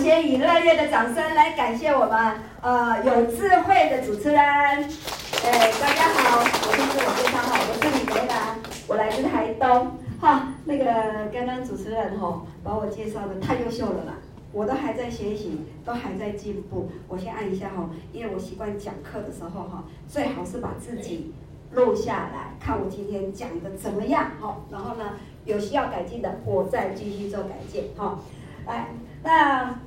先以热烈的掌声来感谢我们有智慧的主持人。大家好，我先自我介绍哈，我是李梅兰，我来自台东。哈，那个刚刚主持人把我介绍的太优秀了啦，我都还在学习，都还在进步。我先按一下因为我习惯讲课的时候最好是把自己录下来，看我今天讲的怎么样然后呢有需要改进的，我再继续做改进来，那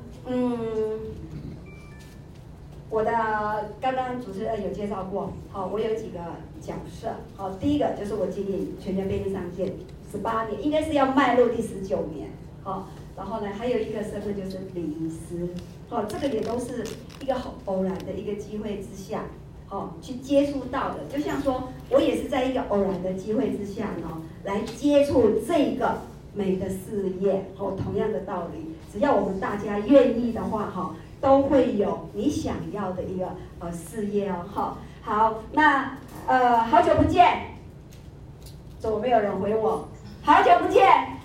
我的刚刚主持人有介绍过，我有几个角色，第一个就是我经营全家便利商店18年，应该是要迈入第19年，然后呢还有一个身份就是礼仪师，这个也都是一个很偶然的一个机会之下，去接触到的，就像说我也是在一个偶然的机会之下呢，来接触这个美的事业，同样的道理，只要我们大家愿意的话，都会有你想要的一个事业哦，好，那好久不见，怎么没有人回我？好久不见，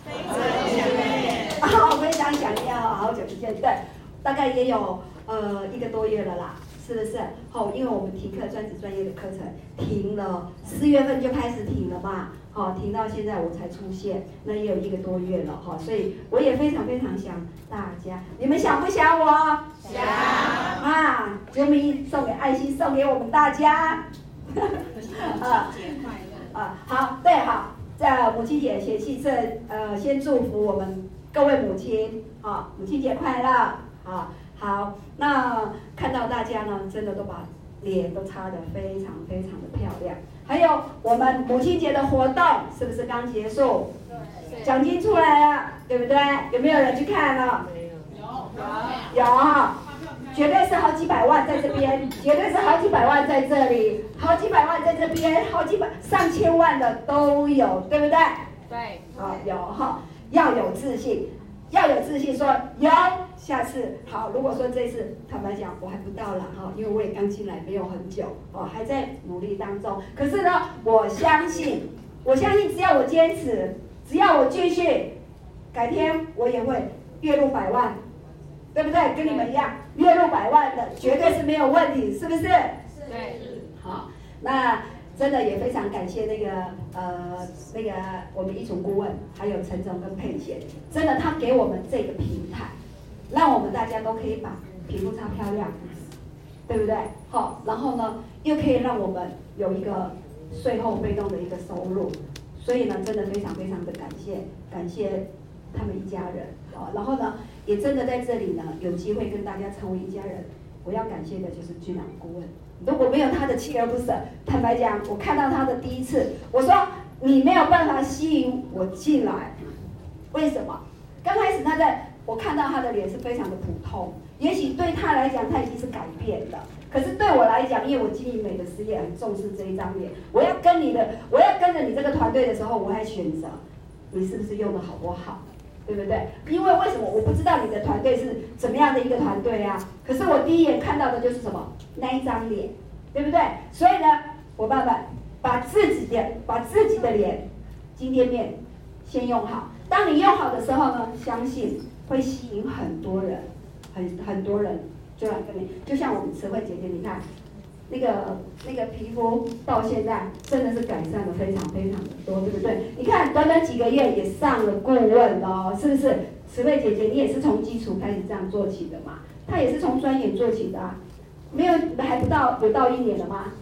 非常想念，好久不见，对，大概也有1个多月了啦，是不是？因为我们停课专职专业的课程停了，4月份就开始停了嘛。停到现在我才出现，那也有1个多月了所以我也非常非常想大家，你们想不想我？想啾咪送给爱心，送给我们大家。母亲节快乐好，对，好，在母亲节前夕先祝福我们各位母亲，母亲节快乐，好，那看到大家呢，真的都把脸都擦得非常非常的漂亮。还有我们母亲节的活动是不是刚结束？对，奖金出来了，对不对？有没有人去看了？有，绝对是好几百万在这边，绝对是好几百万在这里，好几百万在这边，上千万的都有，对不对？对，有要有自信。要有自信说有，下次好。如果说这次坦白讲我还不到了因为我也刚进来没有很久还在努力当中。可是呢，我相信只要我坚持，只要我继续，改天我也会月入100万，对不对？跟你们一样，月入100万的绝对是没有问题，是不是？对，好，那。真的也非常感谢那个我们一总顾问，还有陈总跟佩贤，真的他给我们这个平台，让我们大家都可以把皮肤擦漂亮，对不对？然后呢，又可以让我们有一个税后被动的一个收入，所以呢，真的非常非常的感谢他们一家人，然后呢，也真的在这里呢有机会跟大家成为一家人，我要感谢的就是俊朗顾问。如果没有他的锲而不舍，坦白讲，我看到他的第一次，我说你没有办法吸引我进来，为什么？刚开始我看到他的脸是非常的普通，也许对他来讲他已经是改变了，可是对我来讲，因为我经营美的事业很重视这一张脸，我要跟着你这个团队的时候，我还选择你是不是用的好不好？对不对？因为为什么我不知道你的团队是怎么样的一个团队啊？可是我第一眼看到的就是什么？那一张脸，对不对？所以呢，伙伴们，把自己的脸金店面先用好。当你用好的时候呢，相信会吸引很多人，很多人就来跟你。就像我们慈惠姐姐，你看那个皮肤到现在真的是改善了非常非常的多，对不对？你看短短几个月也上了顾问了，是不是？慈惠姐姐，你也是从基础开始这样做起的嘛？她也是从专业做起的没有还不到有到1年了吗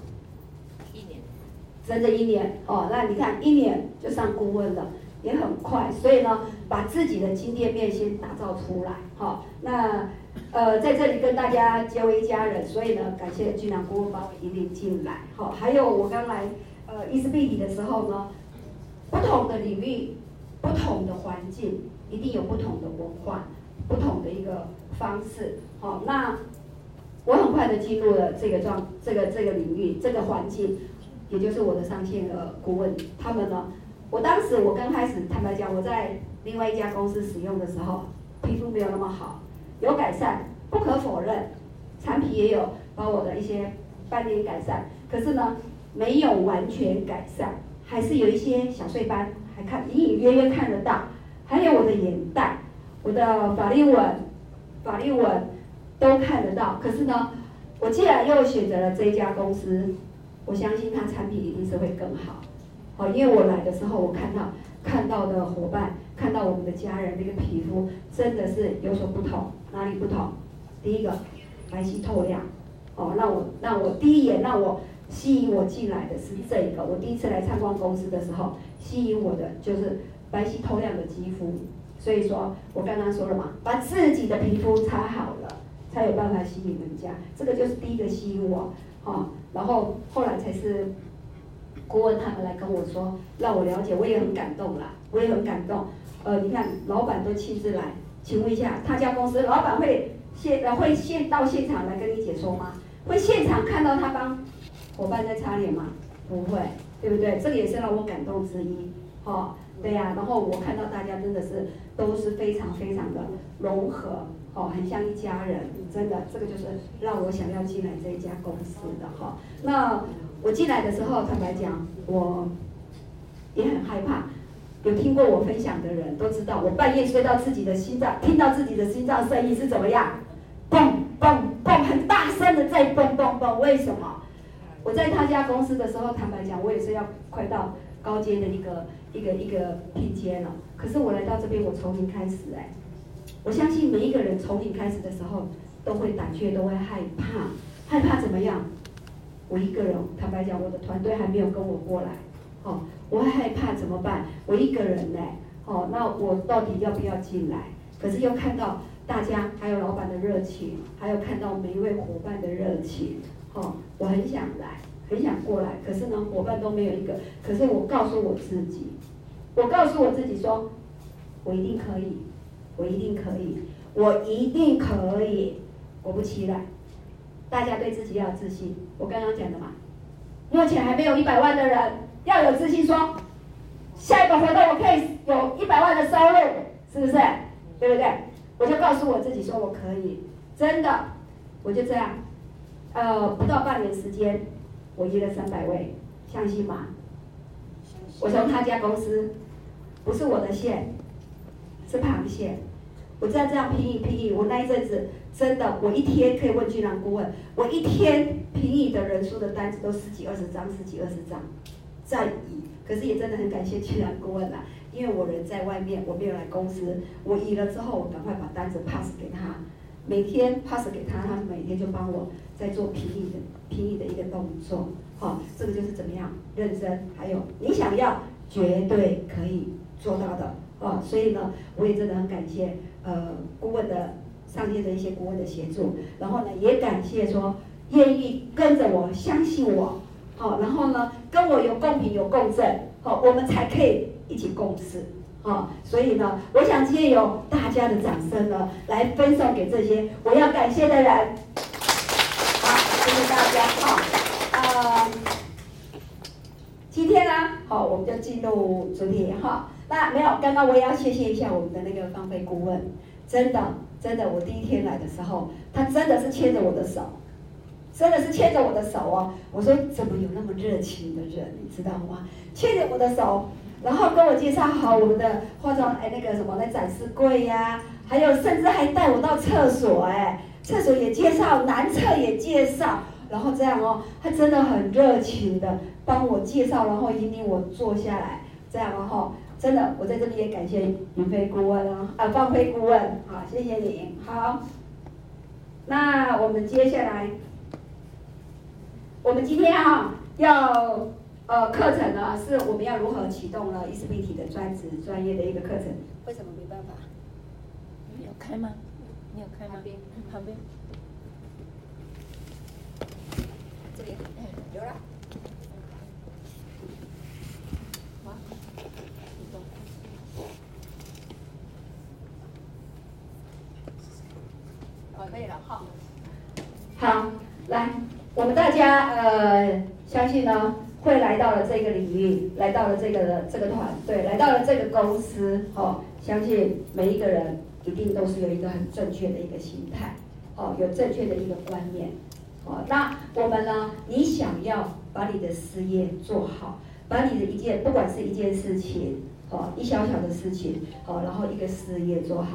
？1年，真的1年那你看1年就上顾问了，也很快。所以呢，把自己的金店面先打造出来那在这里跟大家结为一家人，所以呢，感谢俊朗顾问把我引领进来还有我刚来伊斯必体的时候呢，不同的领域、不同的环境，一定有不同的文化、不同的一个方式那我很快的进入了这个领域、这个环境，也就是我的上线顾问他们呢。我刚开始坦白讲，我在另外一家公司使用的时候，皮肤没有那么好，有改善，不可否认，产品也有把我的一些斑点改善，可是呢，没有完全改善，还是有一些小碎斑，还隐隐约约看得到，还有我的眼袋、我的法令纹， 法律文都看得到。可是呢，我既然又选择了这一家公司，我相信它产品一定是会更好。好，因为我来的时候，我看到的伙伴，看到我们的家人那个皮肤真的是有所不同。哪里不同？第一个，白皙透亮。哦，让我第一眼让我吸引我进来的是这一个。我第一次来参观公司的时候，吸引我的就是白皙透亮的肌肤。所以说我刚刚说了嘛，把自己的皮肤擦好了，才有办法吸引人家。这个就是第一个吸引我。哦，然后后来才是顾问他们来跟我说，让我了解，我也很感动啦，我也很感动。你看老板都亲自来，请问一下，他家公司老板会到现场来跟你解说吗？会现场看到他帮伙伴在擦脸吗？不会，对不对？这个也是让我感动之一。哦，对呀、然后我看到大家真的是都是非常非常的融合，哦，很像一家人，真的，这个就是让我想要进来这一家公司的哈。那我进来的时候，坦白讲，我也很害怕。有听过我分享的人都知道，我半夜睡到自己的心脏，听到自己的心脏声音是怎么样，蹦蹦蹦，很大声的在蹦蹦蹦。为什么？我在他家公司的时候，坦白讲，我也是要快到高阶的一个拼接了。可是我来到这边，我从零开始我相信每一个人从零开始的时候，都会胆怯，都会害怕，害怕怎么样？我一个人，坦白讲，我的团队还没有跟我过来，哦，我会害怕怎么办？我一个人哦，那我到底要不要进来？可是又看到大家还有老板的热情，还有看到每一位伙伴的热情，哦，我很想来，很想过来，可是呢，伙伴都没有一个。可是我告诉我自己说，我一定可以，我一定可以，我一定可以。果不其然，大家对自己要有自信。我刚刚讲的嘛，目前还没有100万的人要有自信说，下一个活动我可以有100万的收入，是不是？对不对？我就告诉我自己说我可以，真的，我就这样，不到半年时间，我约了300位，相信吗？我从他家公司，不是我的线，是螃蟹。我这样拼译，我那一阵子真的，我一天可以问居然顾问，我一天拼译的人数的单子都十几二十张，在移。可是也真的很感谢居然顾问啦，因为我人在外面，我没有来公司，我移了之后，我赶快把单子 pass 给他，每天 pass 给他，他每天就帮我在做拼译的一个动作。好，这个就是怎么样认真，还有你想要绝对可以做到的。所以呢，我也真的很感谢顾问的上线的一些顾问的协助，然后呢也感谢说愿意跟着我，相信我，然后呢跟我有共频有共振，我们才可以一起共事。所以呢，我想借由大家的掌声呢，来分送给这些我要感谢的人。好，谢谢大家。今天呢，我们就进入主题哈。那没有，刚刚我也要谢谢一下我们的那个芳菲顾问，真的，我第一天来的时候，他真的是牵着我的手，哦。我说怎么有那么热情的人，你知道吗？牵着我的手，然后跟我介绍好我们的化妆那个什么那展示柜呀，还有甚至还带我到厕所厕所也介绍，男厕也介绍，然后这样哦，他真的很热情的帮我介绍，然后引领我坐下来，这样哦。真的，我在这里也感谢云飞顾问芳菲顾问，好，谢谢你。好，那我们接下来，我们今天要课程呢，是我们要如何启动了ESBT的专业的一个课程。为什么没办法？ 你有开吗？你有开吗？旁边。 这边，有了。可以了，好，来，我们大家相信呢，会来到了这个领域，来到了这个团队，来到了这个公司，相信每一个人一定都是有一个很正确的一个心态，有正确的一个观念，那我们呢，你想要把你的事业做好，把你的不管是一件事情，一小小的事情，然后一个事业做好。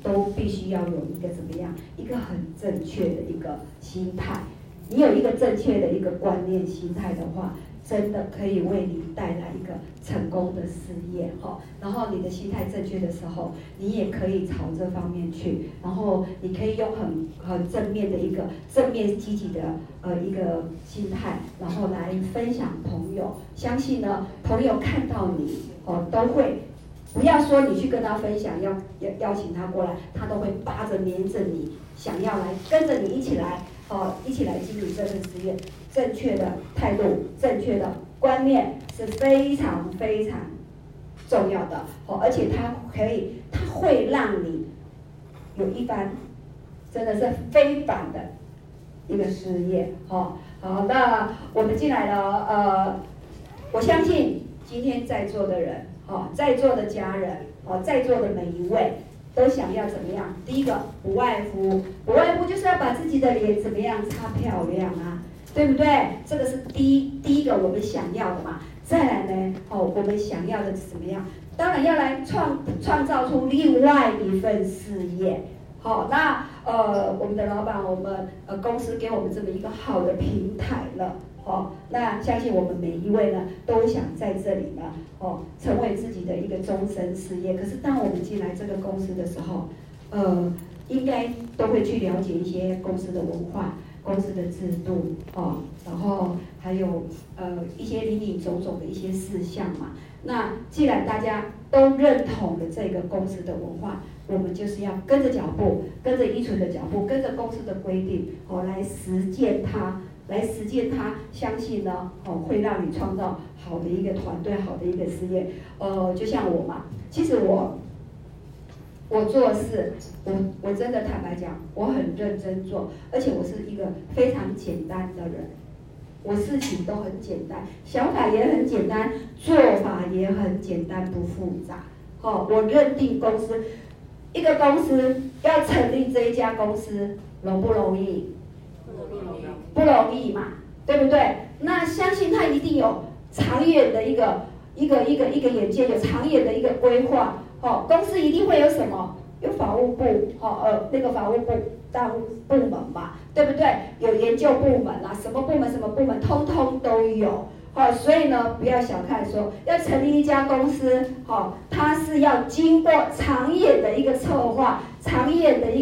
都必须要有一个怎么样，一个很正确的一个心态。你有一个正确的一个观念心态的话，真的可以为你带来一个成功的事业哈。然后你的心态正确的时候，你也可以朝这方面去，然后你可以用很正面的一个正面积极的一个心态，然后来分享朋友。相信呢，朋友看到你都会。不要说你去跟他分享，邀请他过来，他都会扒着黏着你，想要来跟着你一起来，一起来经营这个事业。正确的态度、正确的观念是非常非常重要的，而且它会让你有一番真的是非凡的一个事业，好，那我们进来了，我相信今天在座的人。在座的家人，在座的每一位，都想要怎么样？第一个不外乎就是要把自己的脸怎么样擦漂亮啊，对不对？这个是第一个我们想要的嘛。再来呢，我们想要的是怎么样？当然要来创造出另外一份事业。好，那我们的老板，我们公司给我们这么一个好的平台了。那相信我们每一位呢，都想在这里呢，成为自己的一个终身事业。可是当我们进来这个公司的时候，应该都会去了解一些公司的文化、公司的制度，然后还有一些林林总总的一些事项嘛。那既然大家都认同了这个公司的文化，我们就是要跟着脚步，跟着依纯的脚步，跟着公司的规定，来实践它。相信呢，会让你创造好的一个团队，好的一个事业。就像我嘛，其实我做事，我真的坦白讲，我很认真做，而且我是一个非常简单的人，我事情都很简单，想法也很简单，做法也很简单，不复杂。我认定一个公司要成立这一家公司容不容易？不容易嘛，对不对？那相信他一定有长远的一个眼界，有长远的一个规划。公司一定会有什么？有法务部，那个法务部部门嘛，对不对？有研究部门啦，什么部门，通通都有。所以呢，不要小看说要成立一家公司，它是要经过长远的一个策划，长远的一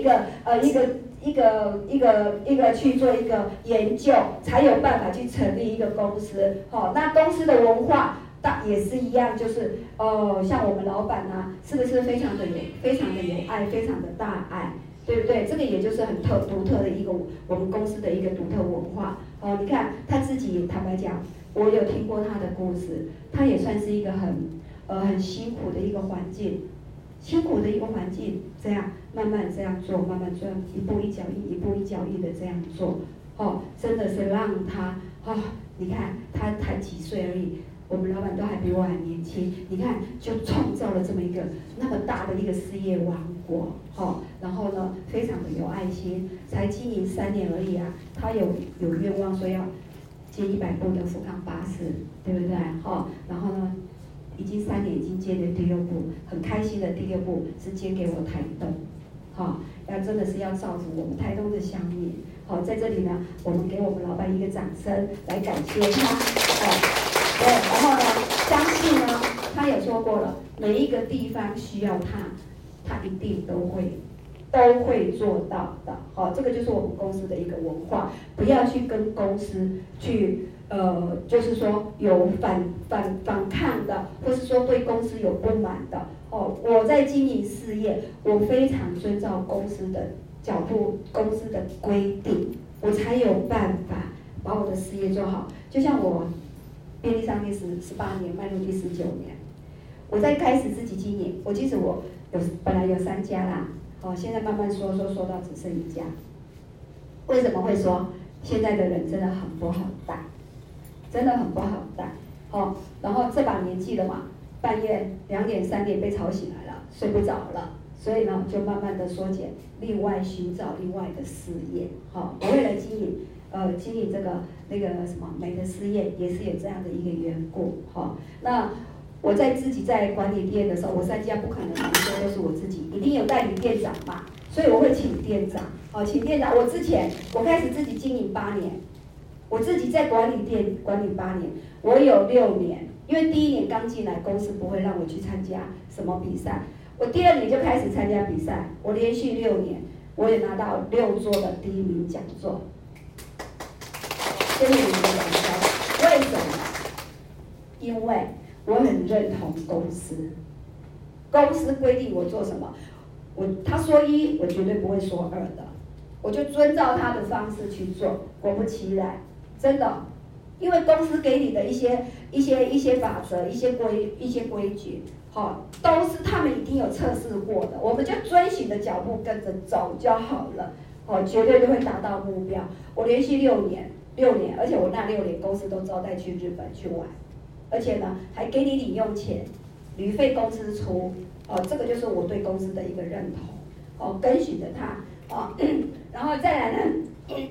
个去做一个研究，才有办法去成立一个公司。那公司的文化也是一样，就是像我们老板啊，是不是非常的有爱，非常的大爱，对不对？这个也就是很独特的一个我们公司的一个独特文化。你看他自己坦白讲，我有听过他的故事，他也算是一个很辛苦的一个环境。这样慢慢这样做，慢慢这样一步一脚印的这样做，真的是让他你看他才几岁而已，我们老板都还比我还年轻，你看就创造了这么一个那么大的一个事业王国，然后呢非常的有爱心，才经营3年而已啊，他有愿望说要接100部的富康巴士，对不对？然后呢？已经3年，已经接了第6部，很开心的第6部是接给我台东，要真的是要造福我们台东的乡民，在这里呢，我们给我们老板一个掌声来感谢他，对，然后呢，相信呢，他也说过了，每一个地方需要他一定都会做到的，这个就是我们公司的一个文化，不要去跟公司去。就是说有反抗的，或是说对公司有不满的，我在经营事业，我非常遵照公司的脚步、公司的规定，我才有办法把我的事业做好。就像我便利商店18年，迈入第19年，我在开始自己经营，其实我本来有3家啦，现在慢慢说到只剩1家。为什么会说现在的人真的很不好带？真的很不好带，然后这把年纪了嘛，半夜2点3点被吵醒来了，睡不着了，所以呢就慢慢的缩减，另外寻找另外的事业，我为了经营这个那个什么美的事业，也是有这样的一个缘故，那我在自己在管理店的时候，我3家不可能每一家都是我自己，一定有代理店长嘛，所以我会请店长。请店长。我开始自己经营8年，我自己在管理店管理8年，我有6年，因为第1年刚进来，公司不会让我去参加什么比赛，我第2年就开始参加比赛，我连续6年，我也拿到6座的第1名讲座。给你们一个掌声，为什么？因为我很认同公司，公司规定我做什么，他说1，我绝对不会说2的，我就遵照他的方式去做。果不其然，真的，因为公司给你的一些法则、一些规矩，都是他们已经有测试过的，我们就遵循的脚步跟着走就好了，绝对都会达到目标。我连续6年，而且我那6年公司都招待去日本去玩，而且呢还给你零用钱，旅费公司出，这个就是我对公司的一个认同，跟循着它，然后再来呢，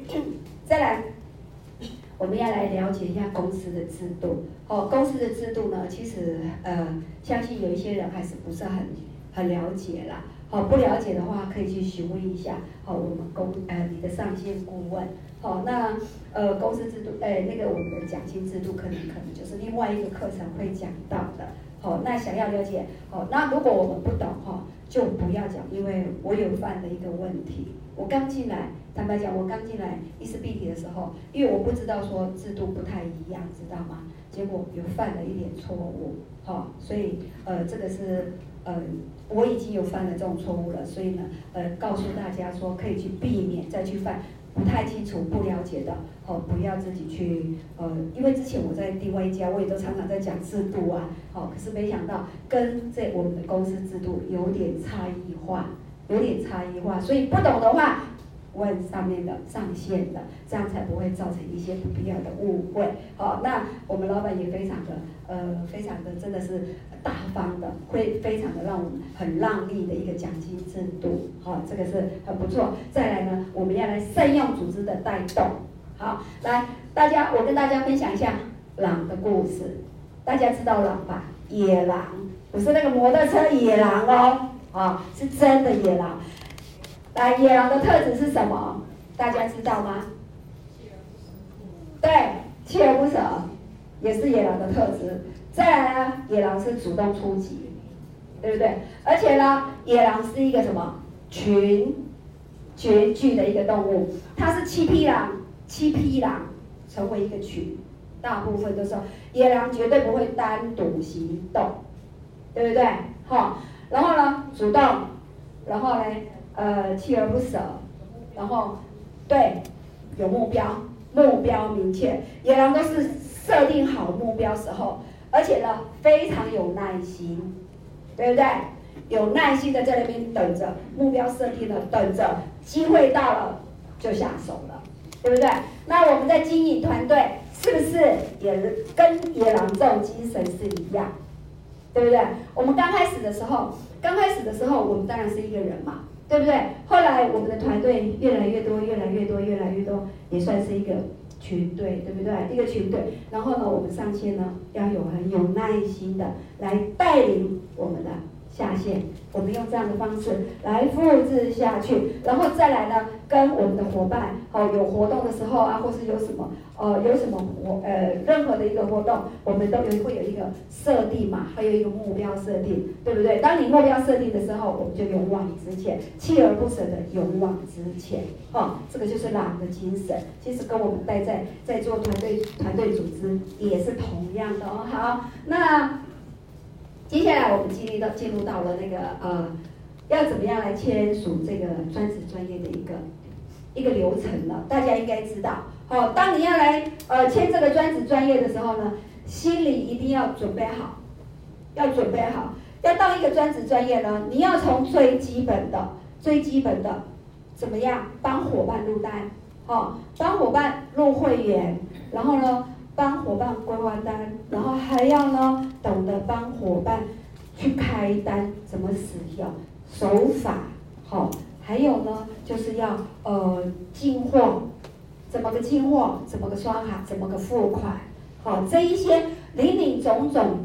我们要来了解一下公司的制度，公司的制度呢，其实相信有一些人还是不是很了解啦。不了解的话，可以去询问一下我们你的上线顾问。那公司制度，那个我们的奖金制度可能就是另外一个课程会讲到的。那想要了解，那如果我们不懂就不要讲，因为我有犯了一个问题。我刚进来，坦白讲，我刚进来医师必体的时候，因为我不知道说制度不太一样，知道吗？结果有犯了一点错误，所以这个是我已经有犯了这种错误了，所以呢告诉大家说可以去避免再去犯不太清楚、不了解的，不要自己去因为之前我在另外一家，我也都常常在讲制度啊，可是没想到跟我们的公司制度有点差异化，所以不懂的话问上面的上线的，这样才不会造成一些不必要的误会。那我们老板也非常的真的是大方的，会非常的让我们很让利的一个奖金制度，这个是很不错。再来呢，我们要来善用组织的带动。好，来我跟大家分享一下狼的故事。大家知道狼吧？野狼，不是那个摩托车野狼哦，是真的野狼。来，野狼的特质是什么？大家知道吗？对，锲而不舍，也是野狼的特质。再来呢，野狼是主动出击，对不对？而且呢，野狼是一个什么群聚的一个动物，它是7匹狼成为一个群，大部分都是野狼绝对不会单独行动，对不对？然后呢，主动，然后呢，锲而不舍，然后对，有目标明确，野狼都是设定好目标时候，而且呢非常有耐心，对不对？有耐心的在那边等着，目标设定了等着，机会到了就下手了，对不对？那我们在经营团队是不是也跟野狼这种精神是一样，对不对？我们刚开始的时候我们当然是一个人嘛，对不对？后来我们的团队越来越多，也算是一个群队，对不对？一个群队。然后呢，我们上线呢要很有耐心的来带领我们的下线，我们用这样的方式来复制下去，然后再来呢，跟我们的伙伴，有活动的时候啊，或是有什么任何的一个活动，我们都会有一个设定嘛，还有一个目标设定，对不对？当你目标设定的时候，我们就勇往直前，锲而不舍的勇往直前，这个就是狼的精神，其实跟我们在做团队组织也是同样的哦。好，那接下来我们进入到了那个要怎么样来签署这个专职专业的一个流程了。大家应该知道，当你要来签这个专职专业的时候呢，心里一定要准备好，要当一个专职专业呢，你要从最基本的怎么样帮伙伴入单，帮伙伴入会员，然后呢，帮伙伴规划单，然后还要呢懂得帮伙伴去开单，怎么使用手法，还有呢就是要进货，怎么个进货，怎么个刷卡，怎么个付款，这一些林林总总的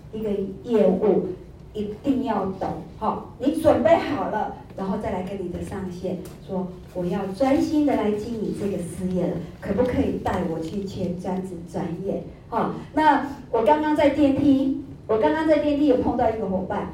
一个业务，一定要懂，你准备好了，然后再来跟你的上线说，我要专心的来经营这个事业了，可不可以带我去签专职专业？那我刚刚在电梯有碰到一个伙伴，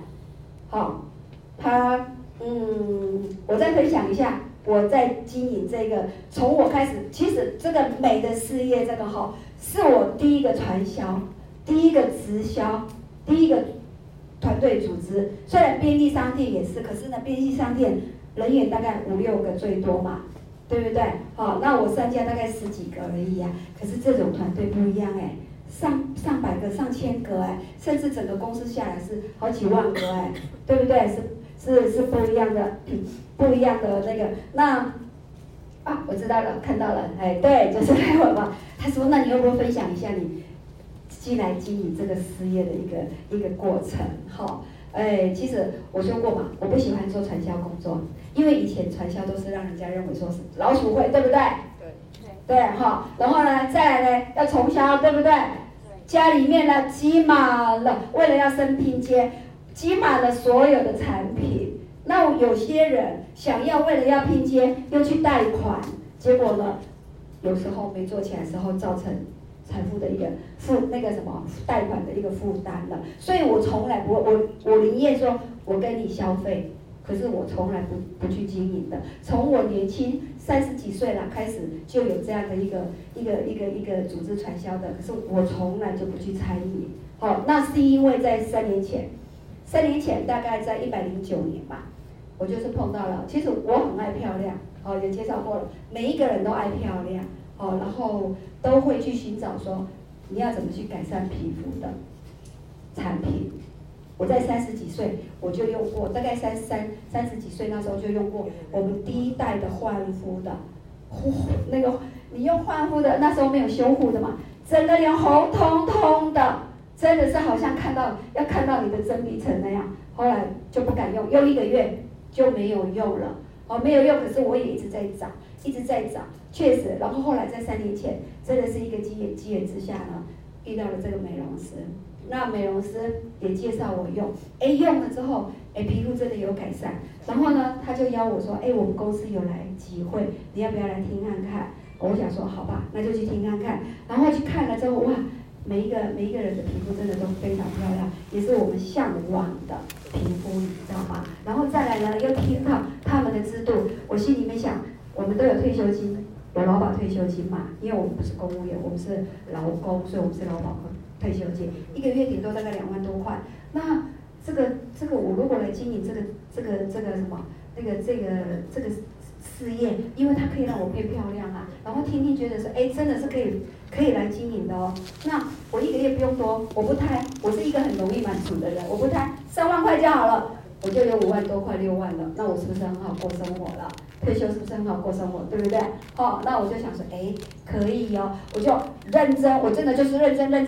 他我再分享一下。我在经营这个，从我开始，其实这个美的事业，这个是我第一个传销，第一个直销，第一个团队组织。虽然便利商店也是，可是呢，便利商店人员大概5、6个最多嘛，对不对？那我3家大概10几个而已啊。可是这种团队不一样哎，上百个、上千个哎，甚至整个公司下来是好几万个哎，对不对？是不一样的。不一样的那个，那我知道了，看到了，对，就是待会嘛。他说，那你要不要分享一下你进来经营这个事业的一个过程？其实我说过嘛，我不喜欢做传销工作，因为以前传销都是让人家认为说是老鼠会，对不对？对，然后呢，再来呢要从销，对不对？家里面呢积满了，为了要升拼接，积满了所有的产品。那有些人想要为了要拼接，又去贷款，结果呢，有时候没做起来的时候，造成财富的一个贷款的一个负担了。所以我从来我宁愿说我跟你消费，可是我从来不去经营的。从我年轻30几岁了开始，就有这样的一个组织传销的，可是我从来就不去参与。那是因为在3年前大概在109年吧。我就是碰到了，其实我很爱漂亮，也介绍过了，每一个人都爱漂亮，然后都会去寻找说，你要怎么去改善皮肤的产品。我在30几岁我就用过，大概30几岁那时候就用过我们第一代的焕肤的，那个你用焕肤的，那时候没有修护的嘛，整个脸红彤彤的，真的是好像看到你的真皮层那样，后来就不敢用，用1个月。就没有用了，没有用。可是我也一直在找，确实。然后后来在3年前，真的是一个机缘之下呢，遇到了这个美容师。那美容师也介绍我用，用了之后，皮肤真的有改善。然后呢，他就邀我说，我们公司有来集会，你要不要来听看看？我想说好吧，那就去听看看。然后去看了之后，哇！每一个人的皮肤真的都非常漂亮，也是我们向往的皮肤，你知道吗？然后再来呢，又听到他们的制度，我心里面想，我们都有退休金，有劳保退休金嘛，因为我们不是公务员，我们是劳工，所以我们是劳保退休金，1个月顶多大概2万多块。那这个我如果来经营这个什么这个事业，因为它可以让我变漂亮啊，然后天天觉得说，真的是可以来经营的哦。那我1个月不用多，我不贪，我是一个很容易满足的人，我不贪，3万块就好了，我就有5万多块、6万了，那我是不是很好过生活了？退休是不是很好过生活，对不对？那我就想说，可以哦，我就认真，我真的就是认真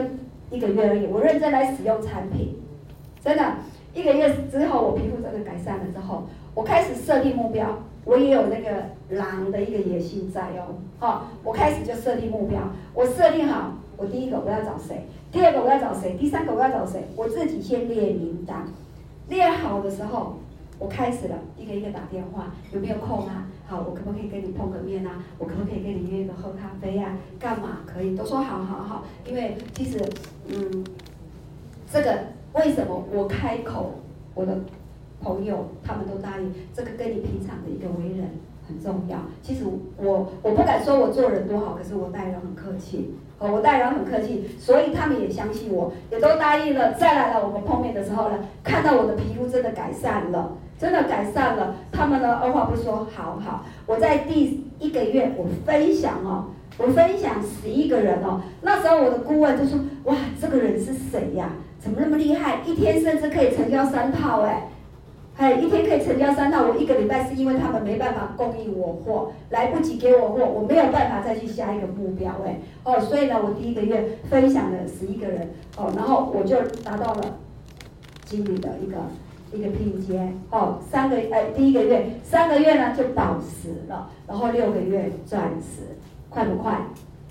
1个月而已，我认真来使用产品，真的1个月之后，我皮肤真的改善了之后，我开始设定目标。我也有那个狼的一个野心在哦，我开始就设定目标，我设定好，我第1个我要找谁，第2个我要找谁，第3个我要找谁，我自己先列名单，列好的时候，我开始了一个一个打电话，有没有空啊？好，我可不可以跟你碰个面啊？我可不可以跟你约个喝咖啡啊？干嘛可以？都说好，因为其实这个为什么我开口，我的朋友他们都答应，这个跟你平常的一个为人很重要。其实我不敢说我做人多好，可是我待人很客气，我待人很客气，所以他们也相信我，也都答应了。再来了，我们碰面的时候呢，看到我的皮肤真的改善了，真的改善了，他们呢二话不说，好。我在第1个月我分享11个人哦，那时候我的顾问就说，哇，这个人是谁呀？怎么那么厉害？一天甚至可以成交3套一天可以成交3套，我1个礼拜是因为他们没办法供应我货，来不及给我货，我没有办法再去下一个目标所以呢，我第1个月分享了11个人然后我就达到了经理的一个拼接第1个月3个月呢就宝石了，然后6个月钻石，快不快？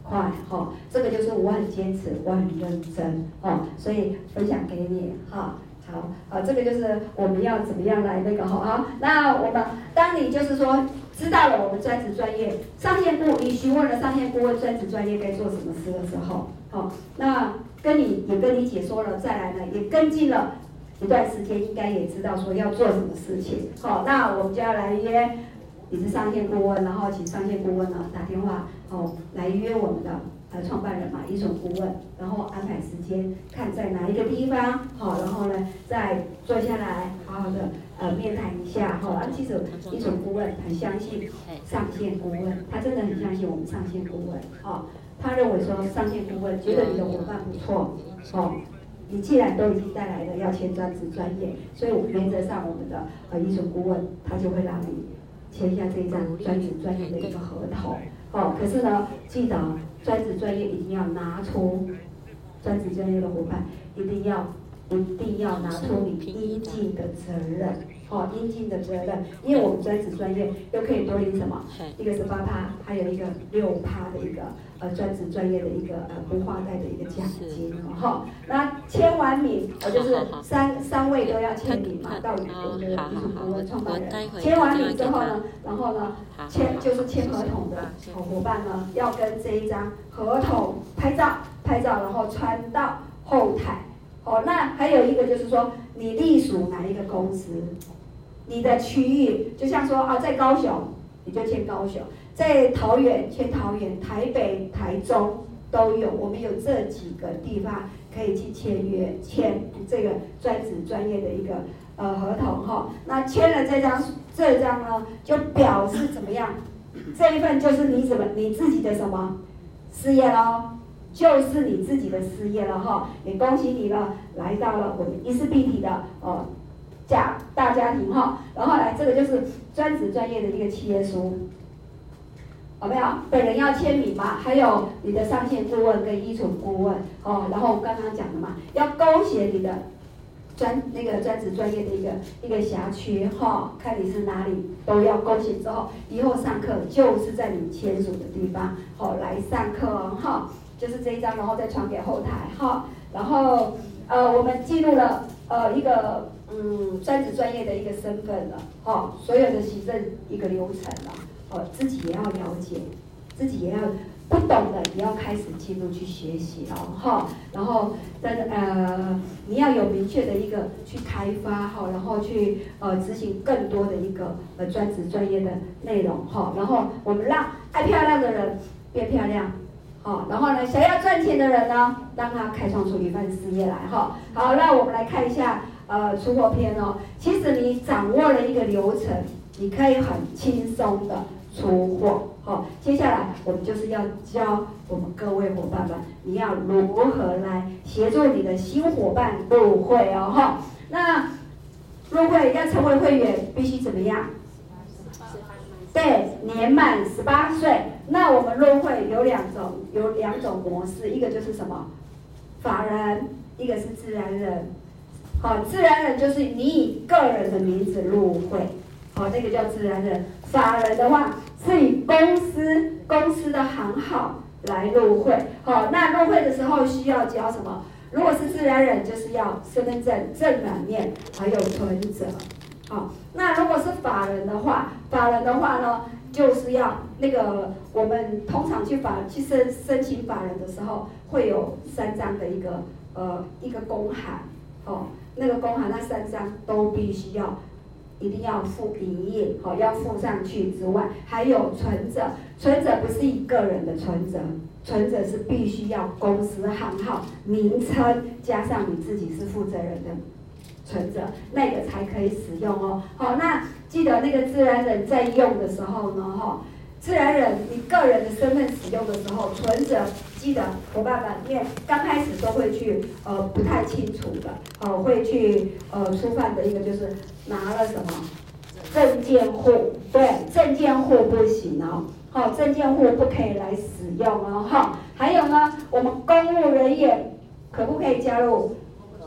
快哈，这个就是我很坚持，我很认真哦，所以分享给你哈。好，这个就是我们要怎么样来那个哈啊。那我们当你就是说知道了我们专职专业上线顾，你询问了上线顾问专职专业该做什么事的时候，好，那跟你解说了，再来呢也跟进了一段时间，应该也知道说要做什么事情。好，那我们就要来约你是上线顾问，然后请上线顾问呢打电话来约我们的创办人嘛，依纯顾问，然后安排时间，看在哪一个地方，好，然后呢再坐下来，好好的面谈一下，哈，其实依纯顾问很相信上线顾问，他真的很相信我们上线顾问，他认为说上线顾问觉得你的伙伴不错，你既然都已经带来了要签专职专业，所以原则上我们的依纯顾问他就会让你签下这一张专职专业的一个合同。可是呢，记得专职专业一定要拿出专职专业的伙伴，一定要拿出你应尽的责任，应尽的责任，因为我们专职专业又可以多领什么？一个是8%，还有一个6%的一个专职专业的一个不花贷的一个奖金哈。那签完名，就是三位都要签名嘛，到我们的依纯顾问创办人签完名之后呢，然后呢签合同的伙伴呢，要跟这一张合同拍照，然后传到后台。那还有一个就是说，你隶属哪一个公司，你的区域，就像说在高雄，你就签高雄，在桃园签桃园，台北、台中都有，我们有这几个地方可以去签这个专职专业的一个合同哈。那签了这张呢，就表示怎么样？这一份就是你自己的什么事业咯。就是你自己的事业了哈，也恭喜你了，来到了我们一事必提的大家庭哈。然后来这个就是专职专业的一个契约书，有没有？本人要签名嘛，还有你的上线顾问跟依纯顾问然后我刚刚讲的嘛，要勾写你的专职专业的一个辖区看你是哪里都要勾写之后，以后上课就是在你签署的地方来上课就是这一张，然后再传给后台然后我们记录了一个专职专业的一个身份了所有的行政一个流程了自己也要了解，自己也要不懂的也要开始进入去学习了然后你要有明确的一个去开发然后去执行更多的一个专职专业的内容然后我们让爱漂亮的人变漂亮。然后呢，想要赚钱的人呢，让他开创出一份事业来好，那我们来看一下出货篇其实你掌握了一个流程，你可以很轻松的出货接下来我们就是要教我们各位伙伴们，你要如何来协助你的新伙伴入会那入会要成为会员，必须怎么样？对，年满18岁。那我们入会有两种模式，一个就是什么？法人，一个是自然人。自然人就是你以个人的名字入会，那个叫自然人。法人的话是以公司的行号来入会。那入会的时候需要交什么？如果是自然人，就是要身份证正反面还有存折。那如果是法人的话呢，就是要那个我们通常去申请法人的时候，会有3张的一个公函那个公函那3张都必须一定要附影印要附上去之外，还有存折不是以个人的存折是必须要公司行号名称加上你自己是负责人的存折，那个才可以使用那记得那个自然人在用的时候呢自然人你个人的身份使用的时候，存折记得伙伴们，因为刚开始都会去不太清楚的会去触犯的一个就是拿了什么证件户，对，证件户不行证件户不可以来使用还有呢，我们公务人员可不可以加入？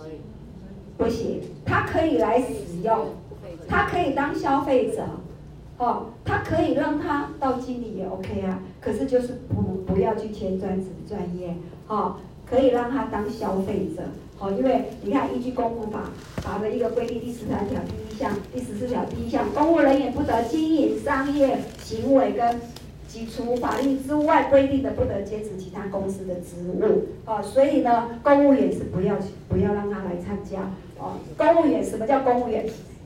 不行，他可以来使用，他可以当消费者， 它可以让他到经理也 OK 啊，可是就是不要去签专职专业，可以让他当消费者，因为你看依据公务法的一个规定，第13条第1项、第14条第1项，公务人员不得经营商业行为及除法律之外规定的不得兼职其他公司的职务，所以呢，公务员是不要让他来参加，公务员什么叫公务员？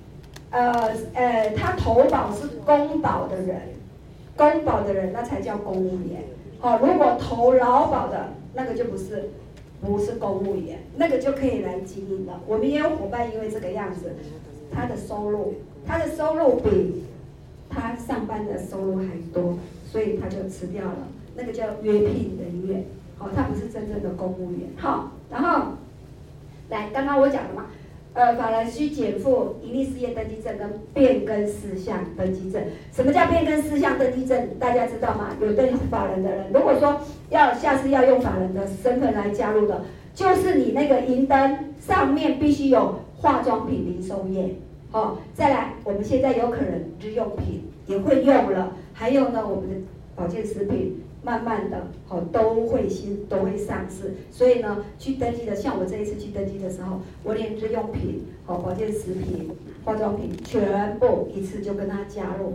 他投保是公保的人，那才叫公务员。如果投劳保的那个就不是公务员，那个就可以来经营了。我们也有伙伴因为这个样子，他的收入比他上班的收入还多，所以他就辞掉了，那个叫约聘人员，他不是真正的公务员。然后来，刚刚我讲了嘛。法人需减负营利事业登记证跟变更事项登记证。什么叫变更事项登记证？大家知道吗？有登法人的人，如果说下次要用法人的身份来加入的，就是你那个银灯上面必须有化妆品零售业。再来，我们现在有可能日用品也会用了，还有呢，我们的保健食品。慢慢的，都会上市，所以呢，去登记的，像我这一次去登记的时候，我连日用品、保健食品、化妆品全部一次就跟他加入，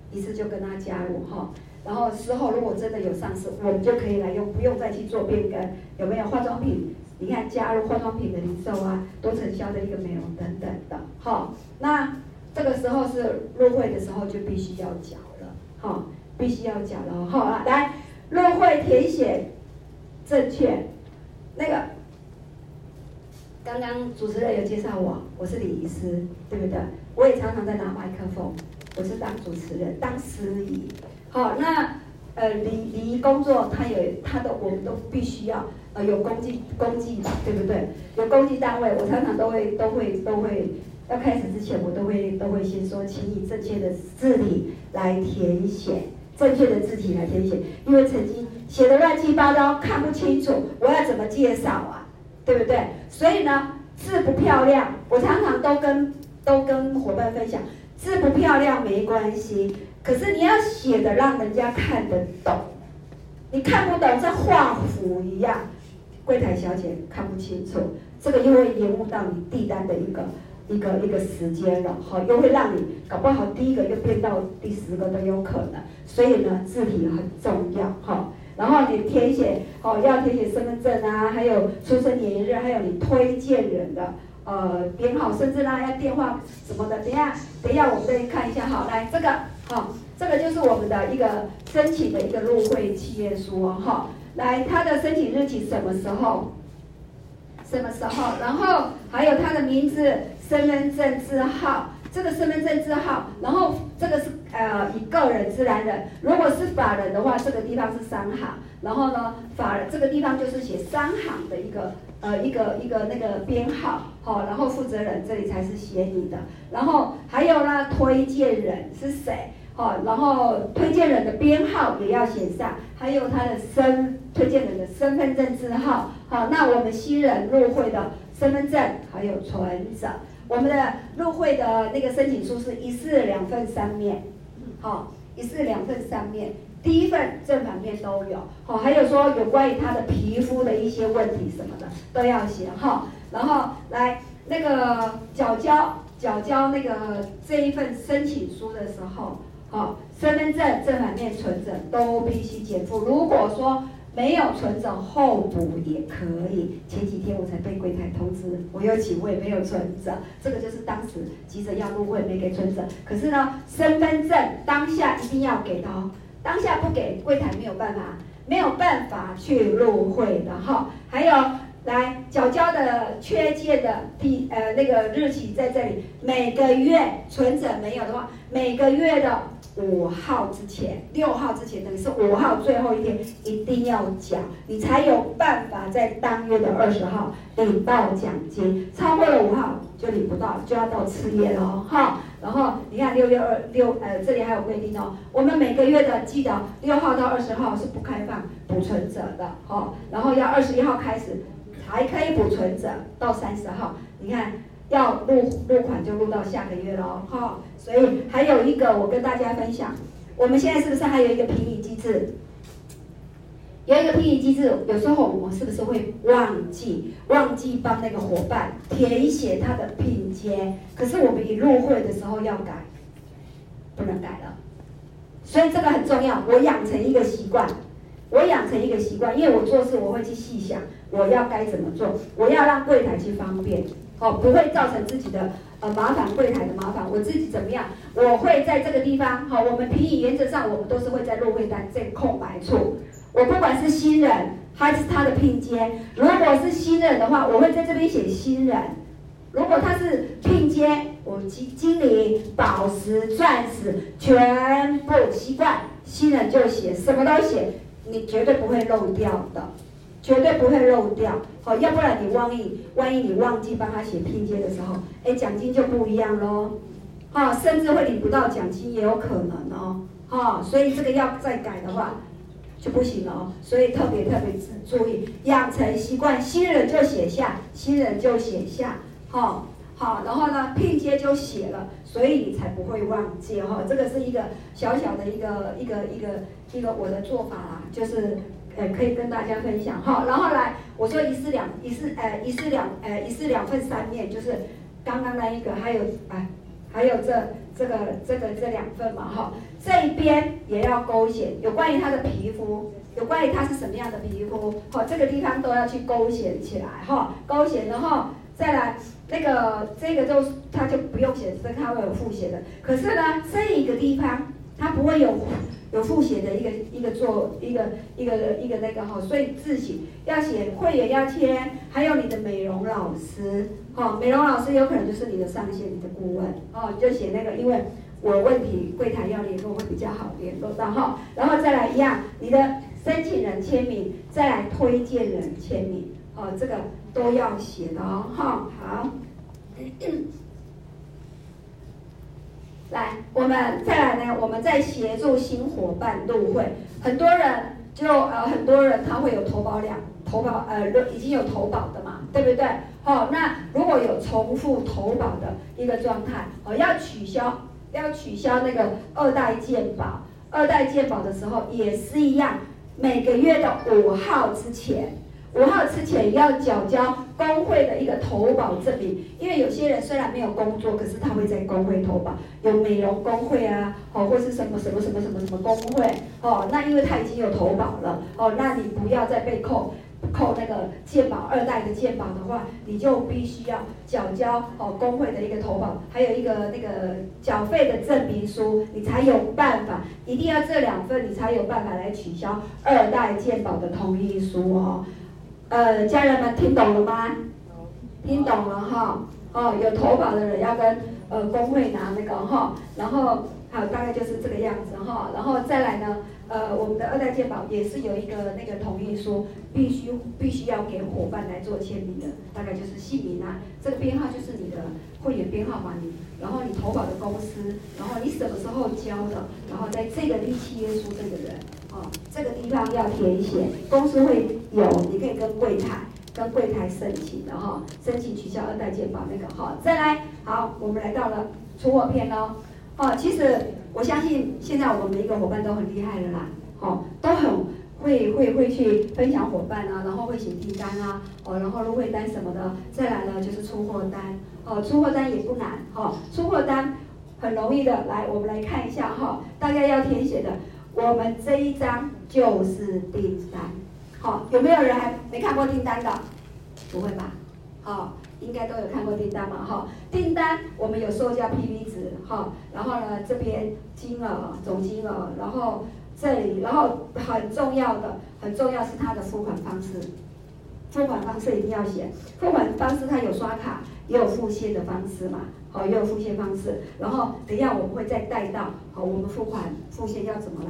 然后之后如果真的有上市，我们就可以来用，不用再去做变更，有没有化妆品？你看加入化妆品的零售啊，多层销的一个美容等等的，那这个时候是入会的时候就必须要缴了，必须要缴了，来。入会填写正确，那个刚刚主持人有介绍我是礼仪师，对不对？我也常常在拿麦克风，我是当主持人，当司仪。那礼仪工作它的我们都必须要有公祭吧，对不对？有公祭单位，我常常都会要开始之前我都会先说，请以正确的字体来填写。正确的字体来填写，因为曾经写的乱七八糟，看不清楚，我要怎么介绍啊？对不对？所以呢，字不漂亮，我常常都跟伙伴分享，字不漂亮没关系，可是你要写的让人家看得懂，你看不懂，这画符一样，柜台小姐看不清楚，这个又会延误到你递单的一个时间了，又会让你搞不好第一个又变到第10个都有可能，所以呢，字体很重要，然后你填写，要填写身份证啊，还有出生年月日，还有你推荐人的编号，甚至呢要电话什么的，等一下我们再看一下，来这个，这个就是我们的一个申请的一个入会企业书来它的申请日期什么时候，然后还有他的名字、身份证字号，这个身份证字号，然后这个是以个人自然人，如果是法人的话，这个地方是商行，然后呢这个地方就是写商行的一个那个编号，然后负责人这里才是写你的，然后还有呢推荐人是谁，然后推荐人的编号也要写上，还有他的推荐人的身份证字号，那我们新人入会的身份证还有存折，我们的入会的那个申请书是一式2份3面，一式2份3面，第一份正反面都有，还有说有关于他的皮肤的一些问题什么的都要写，然后来那个缴交那个这一份申请书的时候，身份证正反面存折都必须减负，如果说没有存折候补也可以。前几天我才被柜台通知，我有几位没有存折，这个就是当时急着要入会没给存折。可是呢，身份证当下一定要给的哦，当下不给柜台没有办法去入会的哈。还有来缴交的确切的那个日期在这里，每个月存折没有的话，每个月的5号之前、6号之前，等于是5号最后一天一定要缴，你才有办法在当月的20号领到奖金。超过了5号就领不到，就要到次月了哈。然后你看6月这里还有规定哦，我们每个月的记得6号到20号是不开放补存折的哦，然后要21号开始才可以补存折到30号。你看要入款就入到下个月咯，哈。所以还有一个我跟大家分享，我们现在是不是还有一个评议机制？有一个评议机制，有时候我们是不是会忘记帮那个伙伴填写他的聘阶？可是我们一入会的时候要改，不能改了。所以这个很重要，我养成一个习惯，因为我做事我会去细想我要该怎么做，我要让柜台去方便，不会造成自己的麻烦，柜台的麻烦，我自己怎么样？我会在这个地方，我们评议原则上我们都是会在入会单这个空白处，我不管是新人还是他的聘阶，如果是新人的话，我会在这边写新人。如果他是聘阶，我经理、宝石、钻石全部习惯，新人就写，什么都写，你绝对不会漏掉的，绝对不会漏掉。要不然你万一你忘记帮他写聘阶的时候，奖金就不一样咯，甚至会领不到奖金也有可能哦，所以这个要再改的话就不行了哦，所以特别注意，养成习惯，新人就写下，好，然后呢，聘阶就写了，所以你才不会忘记哈。这个是一个小小的一个我的做法啦，就是可以跟大家分享哈。然后来，我说一式两份3面，就是刚刚那一个，还有这2份嘛哈。这一边也要勾选，有关于他的皮肤，有关于他是什么样的皮肤，这个地方都要去勾选起来哈，勾选然后。再来，这个他就不用写，他会有复写的。可是呢，这一个地方它不会有复写的一个那个哈，所以字写要写会员要签，还有你的美容老师，美容老师有可能就是你的上线，你的顾问，你就写那个，因为我问题柜台要联络会比较好联络到哈，然后再来一样，你的申请人签名，再来推荐人签名，这个。都要写的哦，好，来，我们再来呢，我们在协助新伙伴入会，很多人他会有投保已经有投保的嘛，对不对？那如果有重复投保的一个状态，要取消那个2代健保，2代健保的时候也是一样，每个月的5号之前要缴交工会的一个投保证明，因为有些人虽然没有工作，可是他会在工会投保，有美容工会啊，或是什么工会，那因为他已经有投保了，那你不要再被扣那个健保2代的健保的话，你就必须要缴交工会的一个投保，还有一个那个缴费的证明书，你才有办法，一定要这2份你才有办法来取消2代健保的同意书哦。家人们听懂了吗？听懂了哈。有投保的人要跟工会拿那个哈，然后好，大概就是这个样子哈。然后再来呢，我们的2代健保也是有一个那个同意书，必须要给伙伴来做签名的，大概就是姓名啊，这个编号就是你的会员编号嘛，然后你投保的公司，然后你什么时候交的，然后在这个立契约书这个人。这个地方要填写，公司会有，你可以跟柜台申请的哈，申请取消2代健保那个哈。再来，好，我们来到了出货篇喽。其实我相信现在我们每一个伙伴都很厉害了啦，都很会去分享伙伴啊，然后会写订单啊，然后入会单什么的。再来呢就是出货单，出货单也不难，出货单很容易的。来，我们来看一下哈，大家要填写的。我们这一张就是订单，有没有人还没看过订单的？不会吧？应该都有看过订单嘛，订单我们有售价 PV 值，然后呢这边金额总金额，然后这里，然后很重要是它的付款方式，付款方式一定要写，付款方式它有刷卡，也有付现的方式嘛。也有付现方式，然后等一下我们会再带到，我们付现要怎么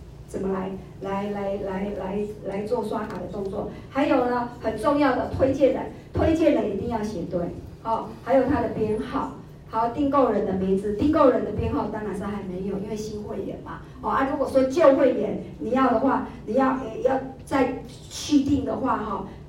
来做刷卡的动作，还有呢很重要的推荐人一定要写对，还有他的编号，好，订购人的名字，订购人的编号当然是还没有，因为新会员嘛，如果说旧会员你要的话，你要再续订的话，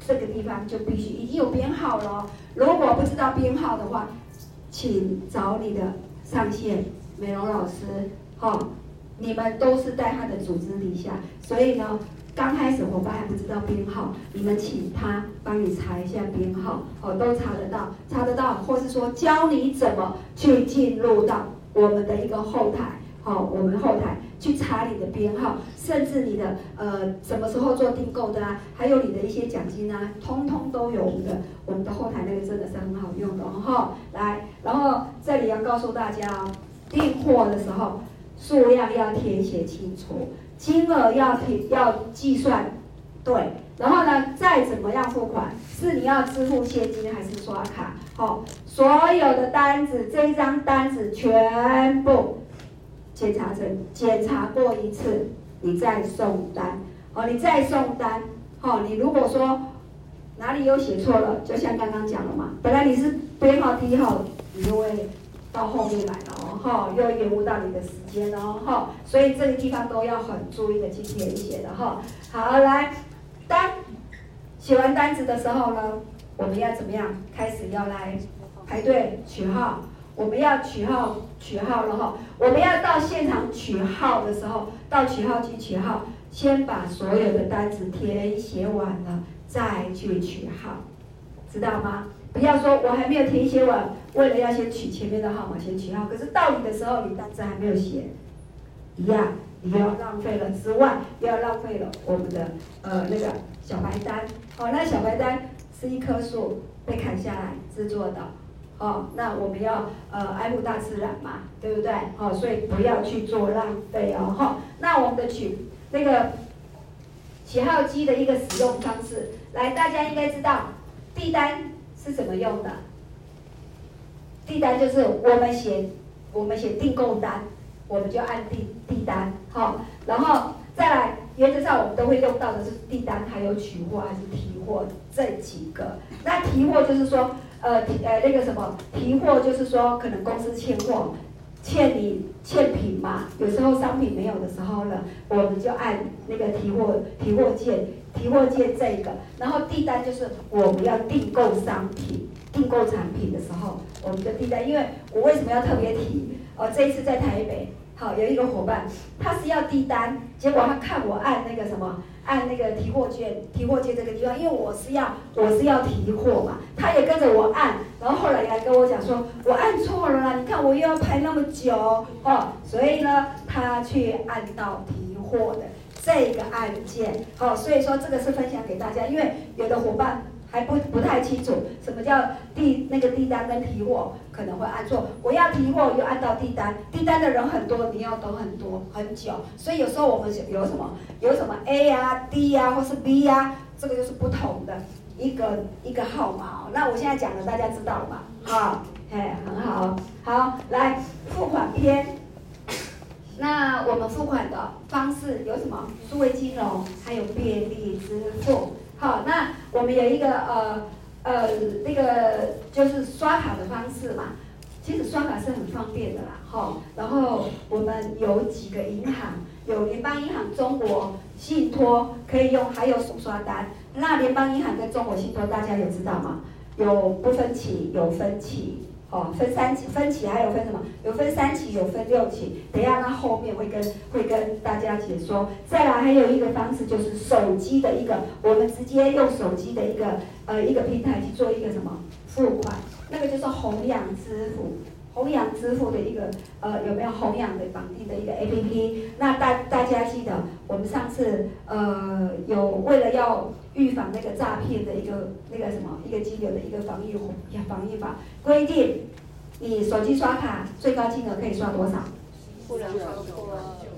这个地方就必须已经有编号了。如果不知道编号的话，请找你的上线美容老师，你们都是在他的组织底下，所以呢，刚开始伙伴还不知道编号，你们请他帮你查一下编号，都查得到，或是说教你怎么去进入到我们的一个后台，我们后台去查你的编号，甚至你的什么时候做订购的啊，还有你的一些奖金啊，通通都有我们的后台，那个真的是很好用的来，然后这里要告诉大家哦，订货的时候数量要填写清楚，金额要计算对，然后呢，再怎么样付款，是你要支付现金还是刷卡？所有的单子，这一张单子全部检查过一次，你再送单。你再送单，你如果说哪里有写错了，就像刚刚讲了嘛，本来你是编号第一号，你就会到后面来了又延误到你的时间所以这个地方都要很注意的去填写的好，来，写完单子的时候呢，我们要怎么样？开始要来排队取号，我们要取号了我们要到现场取号的时候，到取号机取号，先把所有的单子填写完了，再去取号，知道吗？不要说我还没有填写完，为了要先取前面的号码先取号，可是到你的时候你单子还没有写，一样，你又要浪费了之外，又要浪费了我们的那个小白单。那小白单是一棵树被砍下来制作的。那我们要爱护大自然嘛，对不对？所以不要去做浪费那我们的那个取号机的一个使用方式，来，大家应该知道递单是怎么用的。递单就是我们写订购单，我们就按递单然后再来，原则上我们都会用到的是递单，还有取货还是提货这几个。那提货就是说。那个什么提货就是说，可能公司欠货，欠品嘛，有时候商品没有的时候呢，我们就按那个提货件这个，然后递单就是我们要订购商品、订购产品的时候，我们就递单。因为我为什么要特别提？这一次在台北，有一个伙伴，他是要递单，结果他看我按那个什么。按那个提货券这个地方，因为我是要提货嘛，他也跟着我按，然后后来来跟我讲说，我按错了啦，你看我又要排那么久所以呢，他去按到提货的这个按键所以说这个是分享给大家，因为有的伙伴还不太清楚什么叫那个递单跟提货，可能会按错。我要提货又按到递单，递单的人很多，你要等很久，所以有时候我们有什么 A 啊 D 啊或是 B 啊，这个就是不同的一个号码那我现在讲的大家知道了吧？很好，好，来付款篇。那我们付款的方式有什么？数位金融，还有便利支付。那我们有一个那个就是刷卡的方式嘛，其实刷卡是很方便的啦然后我们有几个银行，有联邦银行、中国信托可以用，还有手刷单。那联邦银行跟中国信托大家有知道吗？有不分期，有分期。分3期，分期还有分什么？有分3期，有分6期。等一下，那后面会跟大家解说。再来，还有一个方式就是手机的一个，我们直接用手机的一个平台去做一个什么付款，那个就是弘扬支付。弘扬支付的一个有没有弘扬的绑定的一个 APP？ 那大家记得，我们上次有为了要预防那个诈骗的一个金流的一个防疫法规定，你手机刷卡最高金额可以刷多少？ 不能超过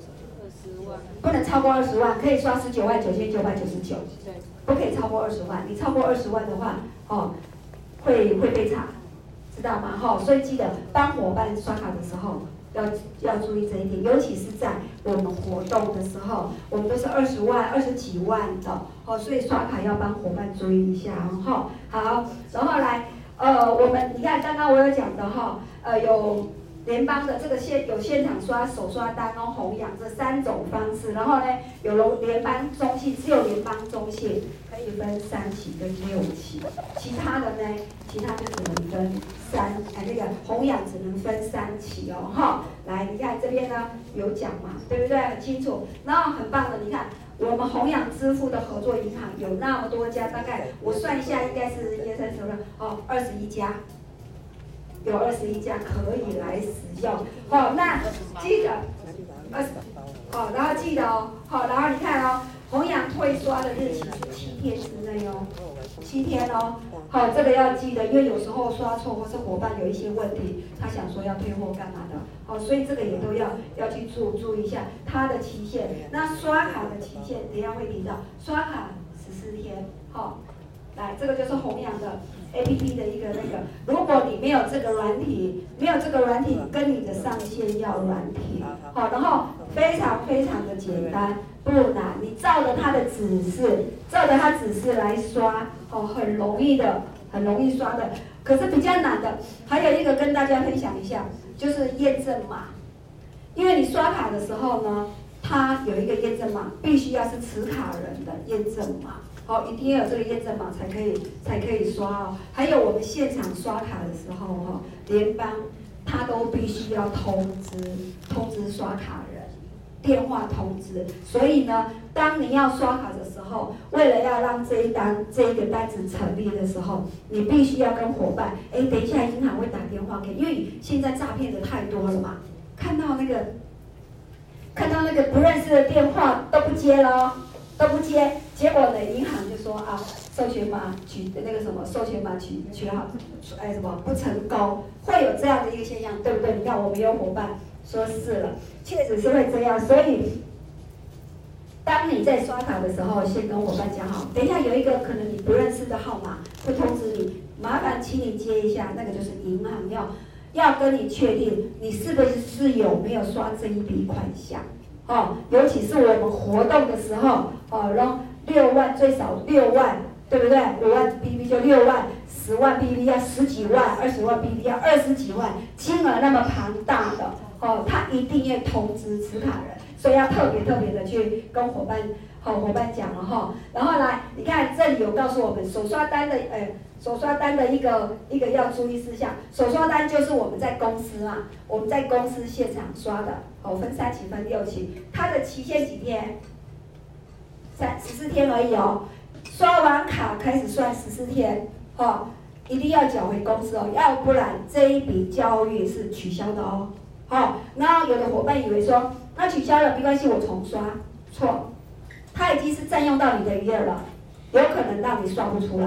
20万。 不能超过20万，可以刷19.999万。 对。 不可以超过20万，你超过20万的话，会被查。知道吗？所以记得帮伙伴刷卡的时候要注意这一点，尤其是在我们活动的时候，我们都是20万、20几万的所以刷卡要帮伙伴注意一下好，然后来我们你看刚刚我有讲的有联邦的这个有现场刷、手刷单跟弘扬这3种方式，然后呢有联邦中信，只有联邦中信可以分3期跟6期，其他的呢，其他就只能分那个弘扬只能分3期哦，哈，来你看这边呢有讲嘛，对不对？很清楚，然后很棒的，你看我们弘扬支付的合作银行有那么多家，大概我算一下应该是1、2、3、4、5、6，21家。有21家可以来使用，好，那记得然后记得哦，好，然后你看哦，弘扬退刷的日期是7天之内哦，7天哦，好，这个要记得，因为有时候刷错或是伙伴有一些问题，他想说要退货干嘛的，好，所以这个也都要去注意一下它的期限。那刷卡的期限，等一下会提到，刷卡14天，好，来，这个就是弘扬的。APP 的一个那个，如果你没有这个软体，跟你的上线要软体，好，然后非常非常的简单，不难，你照着它的指示来刷，哦，很容易刷的。可是比较难的，还有一个跟大家分享一下，就是验证码，因为你刷卡的时候呢，它有一个验证码，必须要是持卡人的验证码。好，一定要有这个验证码才可以刷哦。还有我们现场刷卡的时候哈，联邦它都必须要通知刷卡人，电话通知。所以呢，当你要刷卡的时候，为了要让这个单子成立的时候，你必须要跟伙伴，等一下银行会打电话给，因为现在诈骗的太多了嘛，看到那个不认识的电话都不接咯。结果呢，银行就说啊，授权码取好，什么不成功，会有这样的一个现象，对不对？你看我们有伙伴说是了，确实是会这样，所以当你在刷卡的时候，先跟伙伴讲好，等一下有一个可能你不认识的号码会通知你，麻烦请你接一下，那个就是银行要跟你确定你是不是有没有刷这一笔款项。哦，尤其是我们活动的时候，然后6万最少6万，对不对？5万 BB 就6万，10万 BB 要10几万，20万 BB 要20几万，金额那么庞大的，他一定要通知持卡人，所以要特别的去跟伙伴讲了哈。然后来，你看这里有告诉我们手刷单的一个要注意事项，手刷单就是我们在公司现场刷的，分3期分6期，它的期限几天？14天而已哦。刷完卡开始算14天，一定要缴回公司哦，要不然这一笔交易是取消的哦。然后有的伙伴以为说，那取消了没关系，我重刷，错，它已经是占用到你的余额了，有可能让你刷不出来。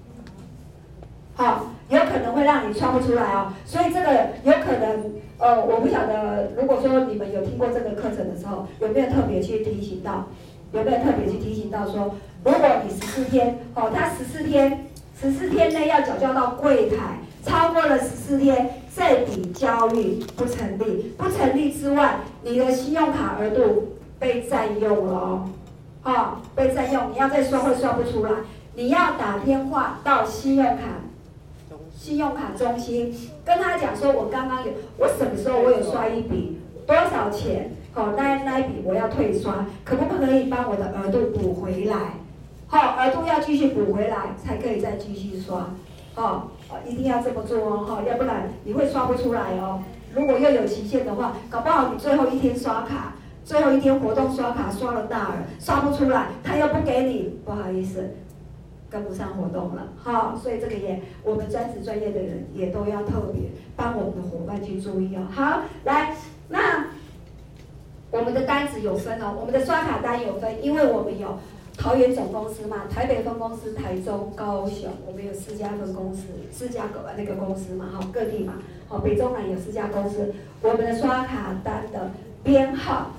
有可能会让你刷不出来哦，所以这个有可能，我不晓得，如果说你们有听过这个课程的时候，有没有特别去提醒到？说，如果你14天，它14天内要缴交到柜台，超过了14天，这笔交易不成立。不成立之外，你的信用卡额度被占用了哦，被占用，你要再刷会刷不出来，你要打电话到信用卡中心，跟他讲说，我什么时候我有刷一笔多少钱，那一笔我要退刷，可不可以帮我的额度补回来？额度要继续补回来才可以再继续刷，一定要这么做哦，要不然你会刷不出来哦。如果又有期限的话，搞不好你最后一天刷卡，最后一天活动刷卡刷了大额，刷不出来，他又不给你，不好意思。跟不上活动了，所以这个我们专业的人也都要特别帮我们的伙伴去注意哦。好，来，那我们的单子有分哦，我们的刷卡单有分，因为我们有桃园总公司嘛，台北分公司、台中、高雄，我们有4家分公司，4家公司嘛，各地嘛，北中南有4家公司，我们的刷卡单的编号，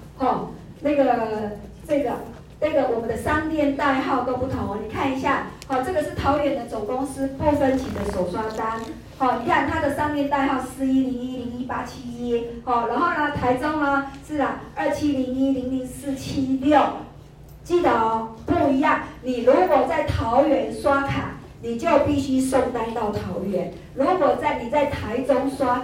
这个我们的商店代号都不同哦，你看一下，这个是桃园的总公司不分期的手刷单，你看它的商店代号4101-01871，然后呢，台中呢是2701-00476，记得哦，不一样。你如果在桃园刷卡，你就必须送单到桃园；如果你在台中刷卡，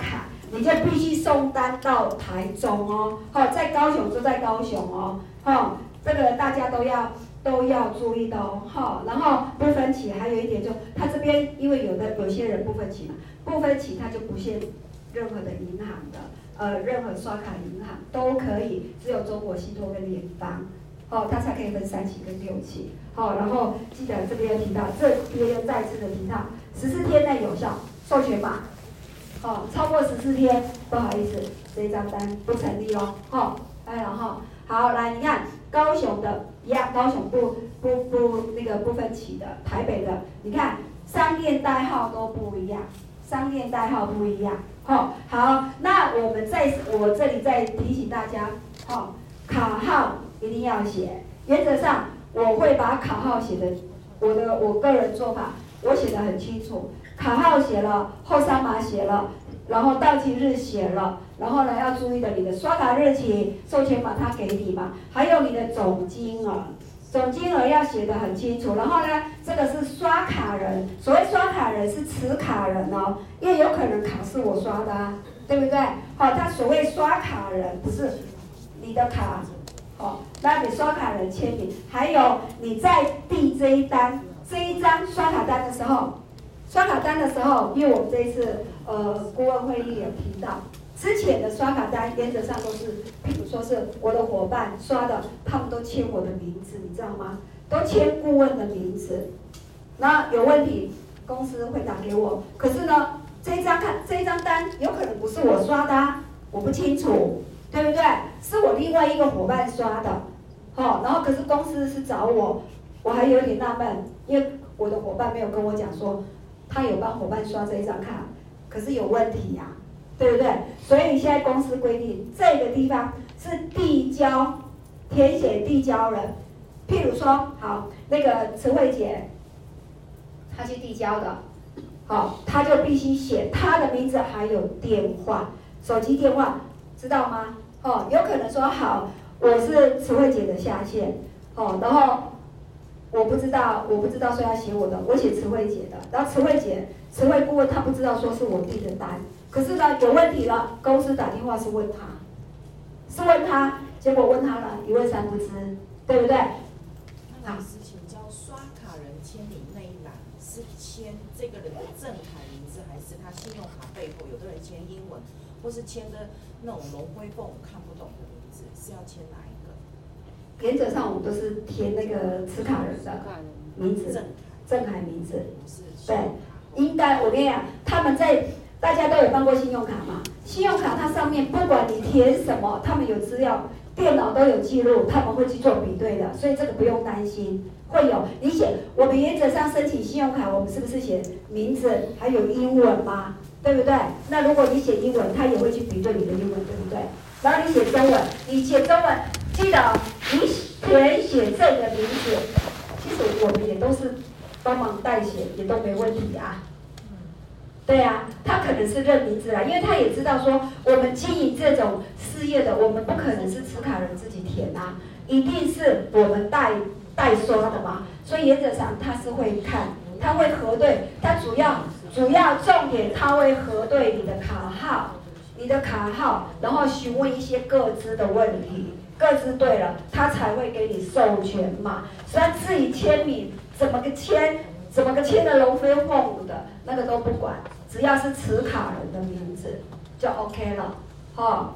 你就必须送单到台中哦，在高雄就在高雄哦，这个大家都要注意的哦，然后不分期还有一点就，他这边因为有些人不分期嘛，不分期他就不限任何的银行的，任何刷卡银行都可以，只有中国信托跟联邦，它才可以分3期跟6期，然后记得这边提到，这边又再次的提到，14天内有效授权码，超过14天，不好意思，这一张单不成立咯，然后好来，你看高雄的一样，高雄那个不分期的，台北的，你看商店代号都不一样，商店代号不一样，好，那我这里再提醒大家，卡号一定要写，原则上我会把卡号写的，我个人做法，我写的很清楚，卡号写了，后三码写了，然后到期日写了，然后呢要注意的你的刷卡日期，授权码他给你嘛，还有你的总金额要写得很清楚，然后呢这个是刷卡人，所谓刷卡人是持卡人哦，因为有可能卡是我刷的啊，对不对？他所谓刷卡人不是你的卡，那你刷卡人签名，还有你在递这一张刷卡单的时候，因为我们这一次顾问会议有提到，之前的刷卡单原则上都是，譬如说是我的伙伴刷的，他们都签我的名字，你知道吗？都签顾问的名字，那有问题公司会打给我，可是呢这一张单有可能不是我刷的啊，我不清楚，对不对？是我另外一个伙伴刷的，然后可是公司是找我，我还有点纳闷，因为我的伙伴没有跟我讲说他有帮伙伴刷这一张卡，可是有问题呀，对不对？所以现在公司规定这个地方是填写递交人，譬如说好那个慈慧姐，她去递交的，她就必须写她的名字还有电话，手机电话，知道吗？有可能说好，我是慈慧姐的下线，然后我不知道说要写我的，我写慈慧姐的，然后慈慧顾问他不知道说是我递的单，可是呢有问题了，公司打电话是问他，结果问他了一问三不知，对不对？ 那老师请教，刷卡人签名那一栏是签这个人的正牌名字，还是他信用卡背后？有的人签英文，或是签的那种龙龟凤看不懂的名字，是要签哪一个？ 原则上我们都是填那个持卡人的名字，正牌名字。对，应该我跟你讲，大家都有办过信用卡嘛？信用卡它上面不管你填什么，他们有资料，电脑都有记录，他们会去做比对的，所以这个不用担心。会有你写，我们原则上申请信用卡，我们是不是写名字还有英文嘛？对不对？那如果你写英文，他也会去比对你的英文，对不对？然后你写中文，记得你填写这个名字，其实我们也都是帮忙代写，也都没问题啊。对啊，他可能是认名字啦，因为他也知道说我们经营这种事业的，我们不可能是持卡人自己填啊，一定是我们代刷的嘛。所以原则上他是会看，他会核对，他主要重点他会核对你的卡号，然后询问一些个资的问题，个资对了，他才会给你授权嘛。所以他自己签名怎么个签的龙飞凤舞的那个都不管，只要是持卡人的名字就 OK 了，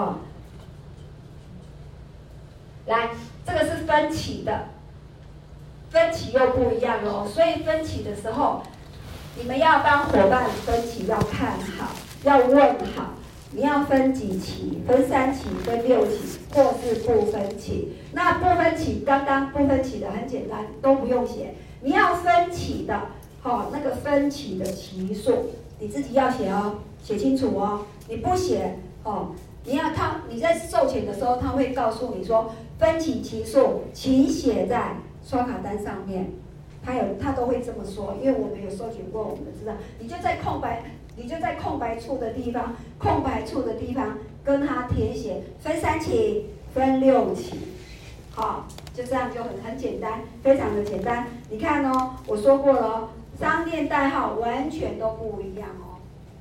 来，这个是分期的，分期又不一样哦。所以分期的时候，你们要帮伙伴分期要看好，要问好，你要分几期？分3期、分6期，或是不分期。那不分期，刚刚不分期的很简单，都不用写。你要分期的，那个分期的期数，你自己要写哦，写清楚哦。你不写，你在授权的时候，他会告诉你说，分期期数，请写在刷卡单上面。他都会这么说，因为我们有授权过，我们知道。你就在空白处的地方，跟他填写分3期、分6期，就这样就很简单，非常的简单。你看哦，我说过了哦，商店代号完全都不一样哦，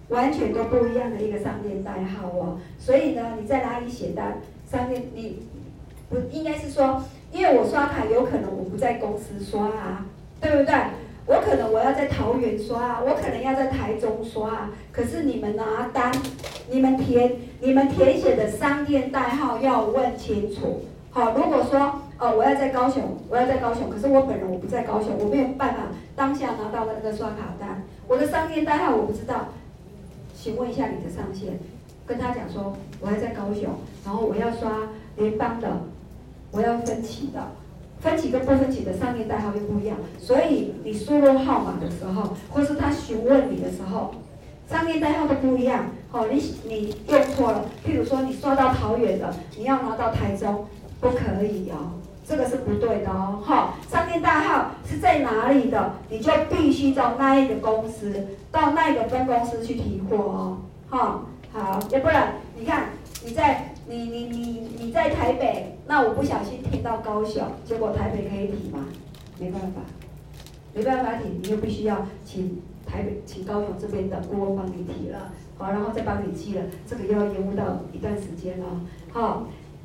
完全都不一样的一个商店代号哦。所以呢，你在哪里写单，商店你不应该是说，因为我刷卡有可能我不在公司刷啊，对不对？我可能我要在桃园刷啊，我可能要在台中刷啊。可是你们拿单，你们填写的商店代号要问清楚。好，如果说我要在高雄，可是我本人我不在高雄，我没有办法当下拿到那个刷卡单，我的商店代号我不知道，请问一下你的上线，跟他讲说我要在高雄，然后我要刷联邦的，我要分期的。分期跟不分期的商店代号又不一样，所以你输入号码的时候，或是他询问你的时候，商店代号都不一样。哦，你用错了，譬如说你刷到桃园的，你要拿到台中，不可以哦，这个是不对的哦。哈，商店代号是在哪里的，你就必须到那一个公司，到那个分公司去提货哦。哈，好，要不然你看你在台北，那我不小心提到高雄，结果台北可以提吗？没办法，没办法提，你又必须要请高雄这边的顾问帮你提了，好，然后再帮你寄了，这个又要延误到一段时间了，好，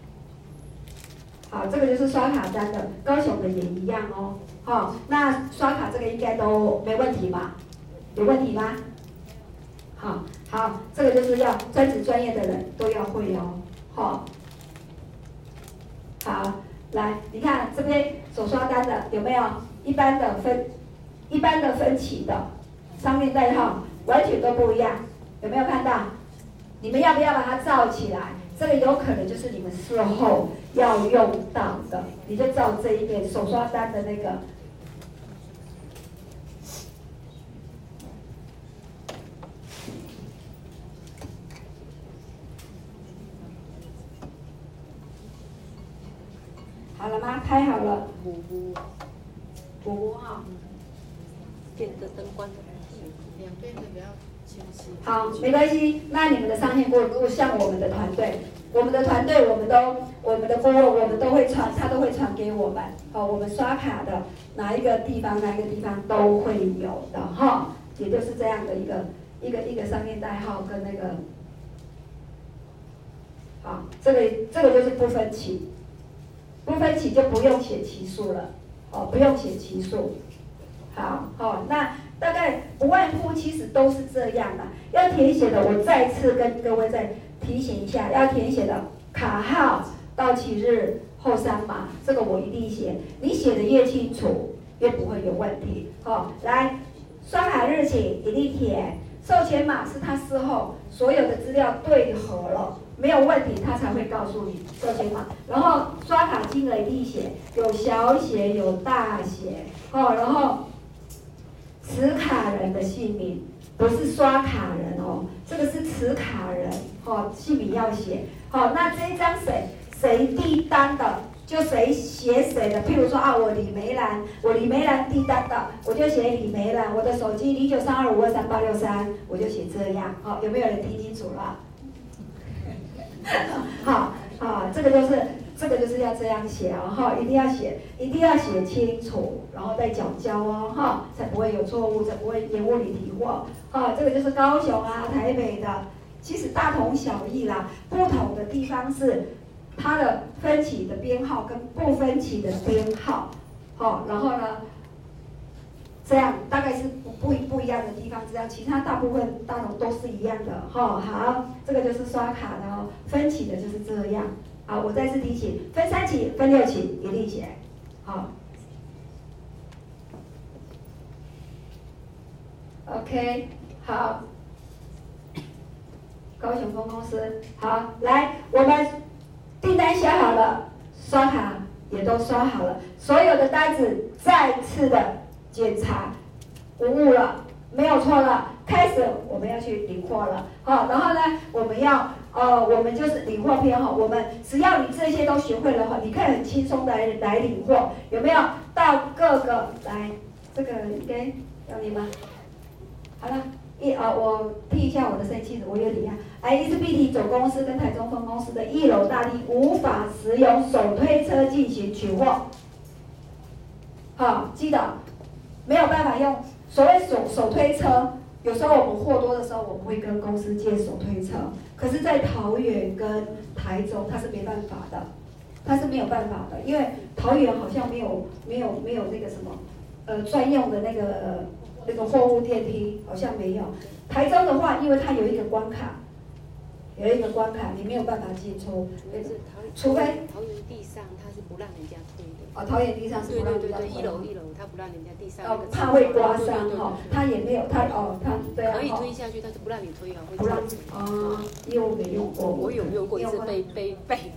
好，这个就是刷卡单的，高雄的也一样哦，好，那刷卡这个应该都没问题吧？有问题吗？好，这个就是要专职专业的人都要会哦，好。好，来，你看这边手刷单的有没有一般的分期的商店代号完全都不一样，有没有看到？你们要不要把它照起来？这个有可能就是你们事后要用到的，你就照这一边手刷单的那个。好了吗？拍好了。补哈。 电的灯关的。 两边的比较清晰。 好，没关系。那你们的商店顾问像我们的团队，我们的顾问我们都会传，他都会传给我们。哦，我们刷卡的哪一个地方都会有的哈，也就是这样的一个商店代号跟那个。好，这个就是不分期。不分期就不用写期数了，哦，不用写期数。好，哦，那大概不外乎其实都是这样的。要填写的，我再次跟各位再提醒一下，要填写的卡号、到期日、后三码，这个我一定写。你写的越清楚，越不会有问题。好，来，刷卡日期一定填，授权码是他事后所有的资料对合了。没有问题，他才会告诉你授权码。然后刷卡金额一定写，有小写有大写，哦，然后持卡人的姓名，不是刷卡人哦，这个是持卡人，哦，姓名要写。好，那这一张谁递单的，就谁写谁的。譬如说啊，我李梅兰递单的，我就写李梅兰，我的手机0932523863，我就写这样。好，有没有人听清楚了？好，这个就是要这样写哦，哈，一定要写清楚，然后再缴交哦，哈，才不会有错误，才不会延误你提货。哈，这个就是高雄啊、台北的，其实大同小异啦，不同的地方是它的分期的编号跟不分期的编号，好，然后呢，这样大概是不一样的地方，这样其他大部分大同都是一样的，哈，好，这个就是刷卡的哦，分期的就是这样。好，我再次提醒，分3期、分6期一定写，好。OK， 好。高雄分公司，好，来，我们订单写好了，刷卡也都刷好了，所有的单子再次的检查，无误了，没有错了，开始我们要去领货了，好，然后呢，我们就是领货篇哈，我们只要你这些都学会了哈，你可以很轻松的来领货，有没有？到各个来，这个应该要你吗？好了，我替一下我的生气，我有点XBT 总公司跟台中分公司的1楼大厅无法使用手推车进行取货，好，记得没有办法用所谓手推车， 有时候我们货多的时候，我们会跟公司借手推车，可是，在桃园跟台中，它是没办法的，它是没有办法的，因为桃园好像没有那个什么，专用的那个货物电梯好像没有。台中的话，因为它有一个关卡，你没有办法进出，除非桃园地上它是不让人家推的。 哦，桃园地上是不让人家推。 对，一楼它不让人家地上。 哦，怕会刮伤哈，它也没有它对啊。 可以推下去，但是不让你推啊，会不让因为我没用过。 我有用过一次，被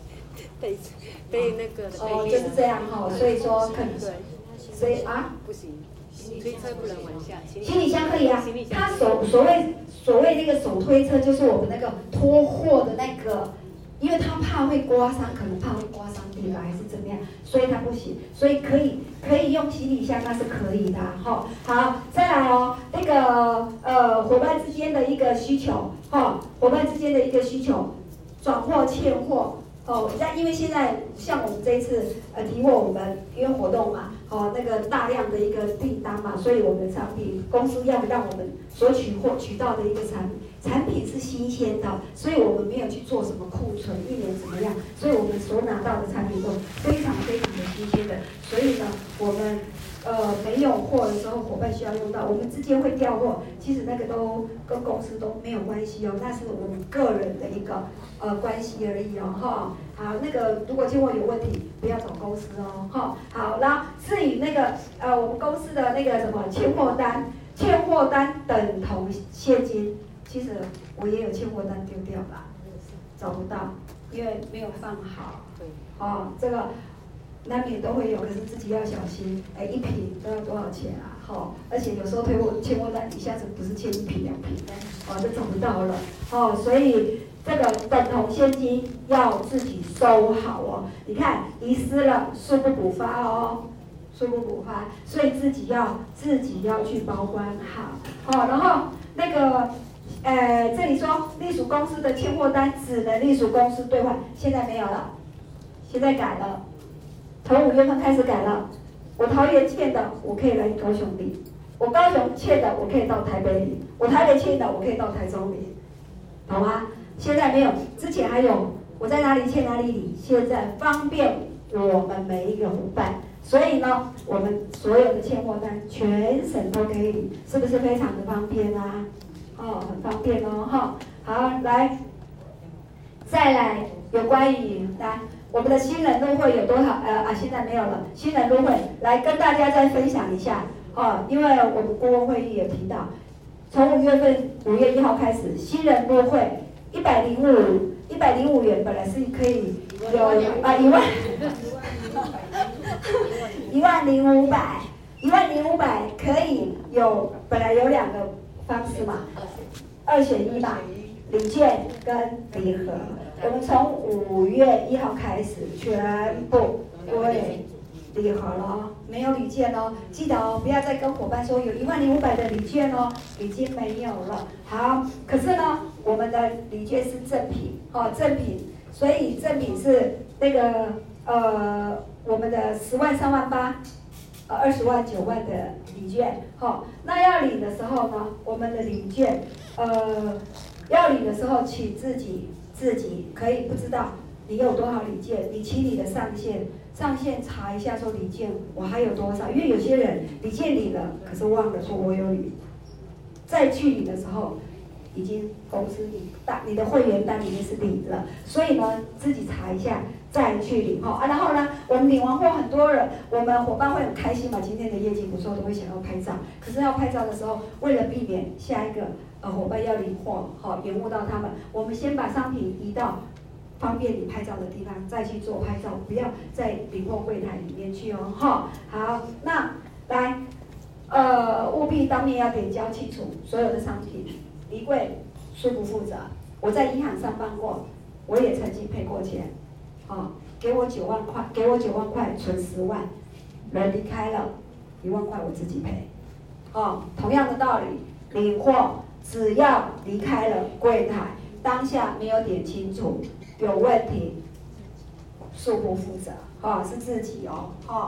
那个。 哦，就是这样哈，所以说可以。 对。 所以啊。 不行。推车不能往下， 行李箱可以啊。它所谓那个手推车，就是我们那个拖货的那个，因为它怕会刮伤，可能怕会刮伤地板还是怎么样，所以它不行。所以可以用行李箱，那是可以的哈。好，再来哦，那个伙伴之间的一个需求哈，伙伴之间的一个需求，转货欠货。哦，因为现在像我们这一次提货，我们因为活动嘛，那个大量的一个订单嘛，所以我们产品公司要让我们所取到的一个产品是新鲜的，所以我们没有去做什么库存，一年怎么样，所以我们所拿到的产品都非常非常的新鲜的，所以呢，我们没有货的时候，伙伴需要用到，我们之间会调货，其实那个都跟公司都没有关系哦，那是我们个人的一个关系而已哦哈。好，那个如果欠货有问题，不要找公司哦哈。好，然后至于那个我们公司的那个什么欠货单等同现金，其实我也有欠货单丢掉了，找不到，因为没有放好。 对。 哦，这个。难免都会有，可是自己要小心。一瓶都要多少钱啊？而且有时候欠货单一下子不是欠1瓶2瓶，就找不到了。所以这个等同现金要自己收好哦。你看遗失了，恕不补发哦，恕不补发，所以自己要去保管好。然后那个这里说隶属公司的欠货单只能隶属公司兑换，现在没有了，现在改了。从5月份开始改了，我桃园欠的我可以来高雄领，我高雄欠的我可以到台北领，我台北欠的我可以到台中领，懂吗？现在没有，之前还有我在哪里欠哪里领，现在方便我们每一个伙伴，所以呢，我们所有的欠货单全省都可以领，是不是非常的方便啊？很方便哦哈。好，来，再来有关于来。我们的新人入会有多少？现在没有了。新人入会来跟大家再分享一下因为我们顾问会议也提到，从5月1号开始，新人入会105元，本来是可以有10500可以有，本来有2个方式嘛，2选1嘛，领券跟礼盒。我们从5月1号开始全部归礼盒了，没有礼券哦，记得哦，不要再跟伙伴说有10500的礼券哦，已经没有了。好，可是呢，我们的礼券是赠品赠品，所以赠品是那个我们的10万、3万8、20万、9万的礼券那要领的时候呢，我们的礼券要领的时候，请自己可以不知道你有多少礼券，你请你的上线查一下说礼券我还有多少，因为有些人礼券领了，可是忘了说我有领，再去领的时候，已经公司你的会员单里面是领了，所以呢自己查一下再去领然后呢，我们领完货很多人，我们伙伴会很开心嘛，今天的业绩不错，都会想要拍照，可是要拍照的时候，为了避免下一个伙伴要领货延误到他们，我们先把商品移到方便你拍照的地方，再去做拍照，不要在领货柜台里面去哦好，那来务必当面要点交清楚所有的商品，离柜恕不负责。我在银行上班过，我也曾经赔过钱给我9万块存10万，人离开了1万块我自己赔同样的道理，领货只要离开了柜台，当下没有点清楚，有问题，恕不负责是自己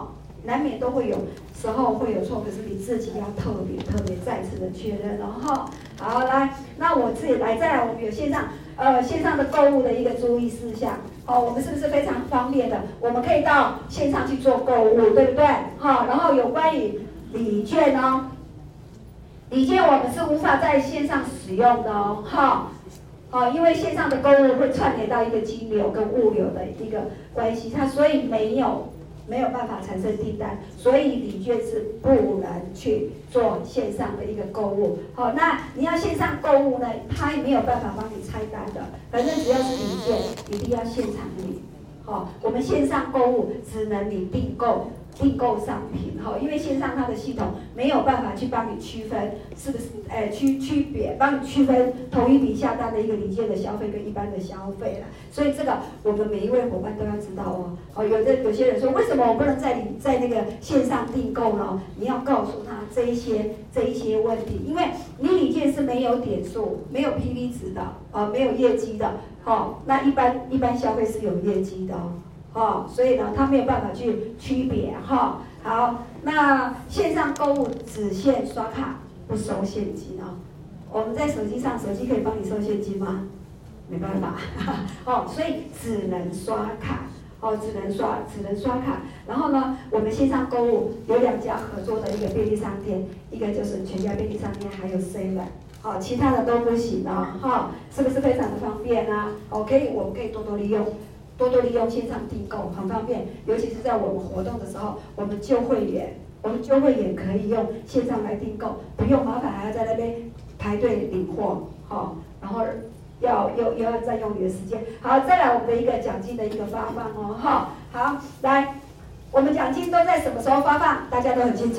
难免都会有时候会有错，可是你自己要特别再次的确认哦哈。好，来，那我自己来，再来我们有线上的购物的一个注意事项。哦，我们是不是非常方便的？我们可以到线上去做购物，对不对？好，然后有关于礼券哦，礼券我们是无法在线上使用的哦，哈。哦，因为线上的购物会串联到一个金流跟物流的一个关系，它所以没有办法产生订单，所以礼券是不能去做线上的一个购物。好，那你要线上购物呢，它也没有办法帮你拆单的，反正只要是礼券，一定要现场领。好，我们线上购物只能你订购商品，哈，因为线上它的系统没有办法去帮你区分是不是，区别帮你区分同一笔下单的一个礼券的消费跟一般的消费了，所以这个我们每一位伙伴都要知道哦。哦，有些人说为什么我不能在那个线上订购呢？你要告诉他这一些问题，因为你礼券是没有点数、没有 PV 值的，没有业绩的，哦，那一般消费是有业绩的哦。哦，所以呢，他没有办法去区别哈。好，那线上购物只限刷卡，不收现金哦。我们在手机可以帮你收现金吗？没办法，哦，所以只能刷卡，哦，只能刷卡。然后呢，我们线上购物有2家合作的一个便利商店，一个就是全家便利商店，还有 7。哦，其他的都不行哦，哈，是不是非常的方便啊？我们可以多多利用线上订购，很方便。尤其是在我们活动的时候，我们旧会员可以用线上来订购，不用麻烦还要在那边排队领货，好，然后又要占用你的时间。好，再来我们的一个奖金的一个发放哦，哈，好，来，我们奖金都在什么时候发放？大家都很清楚。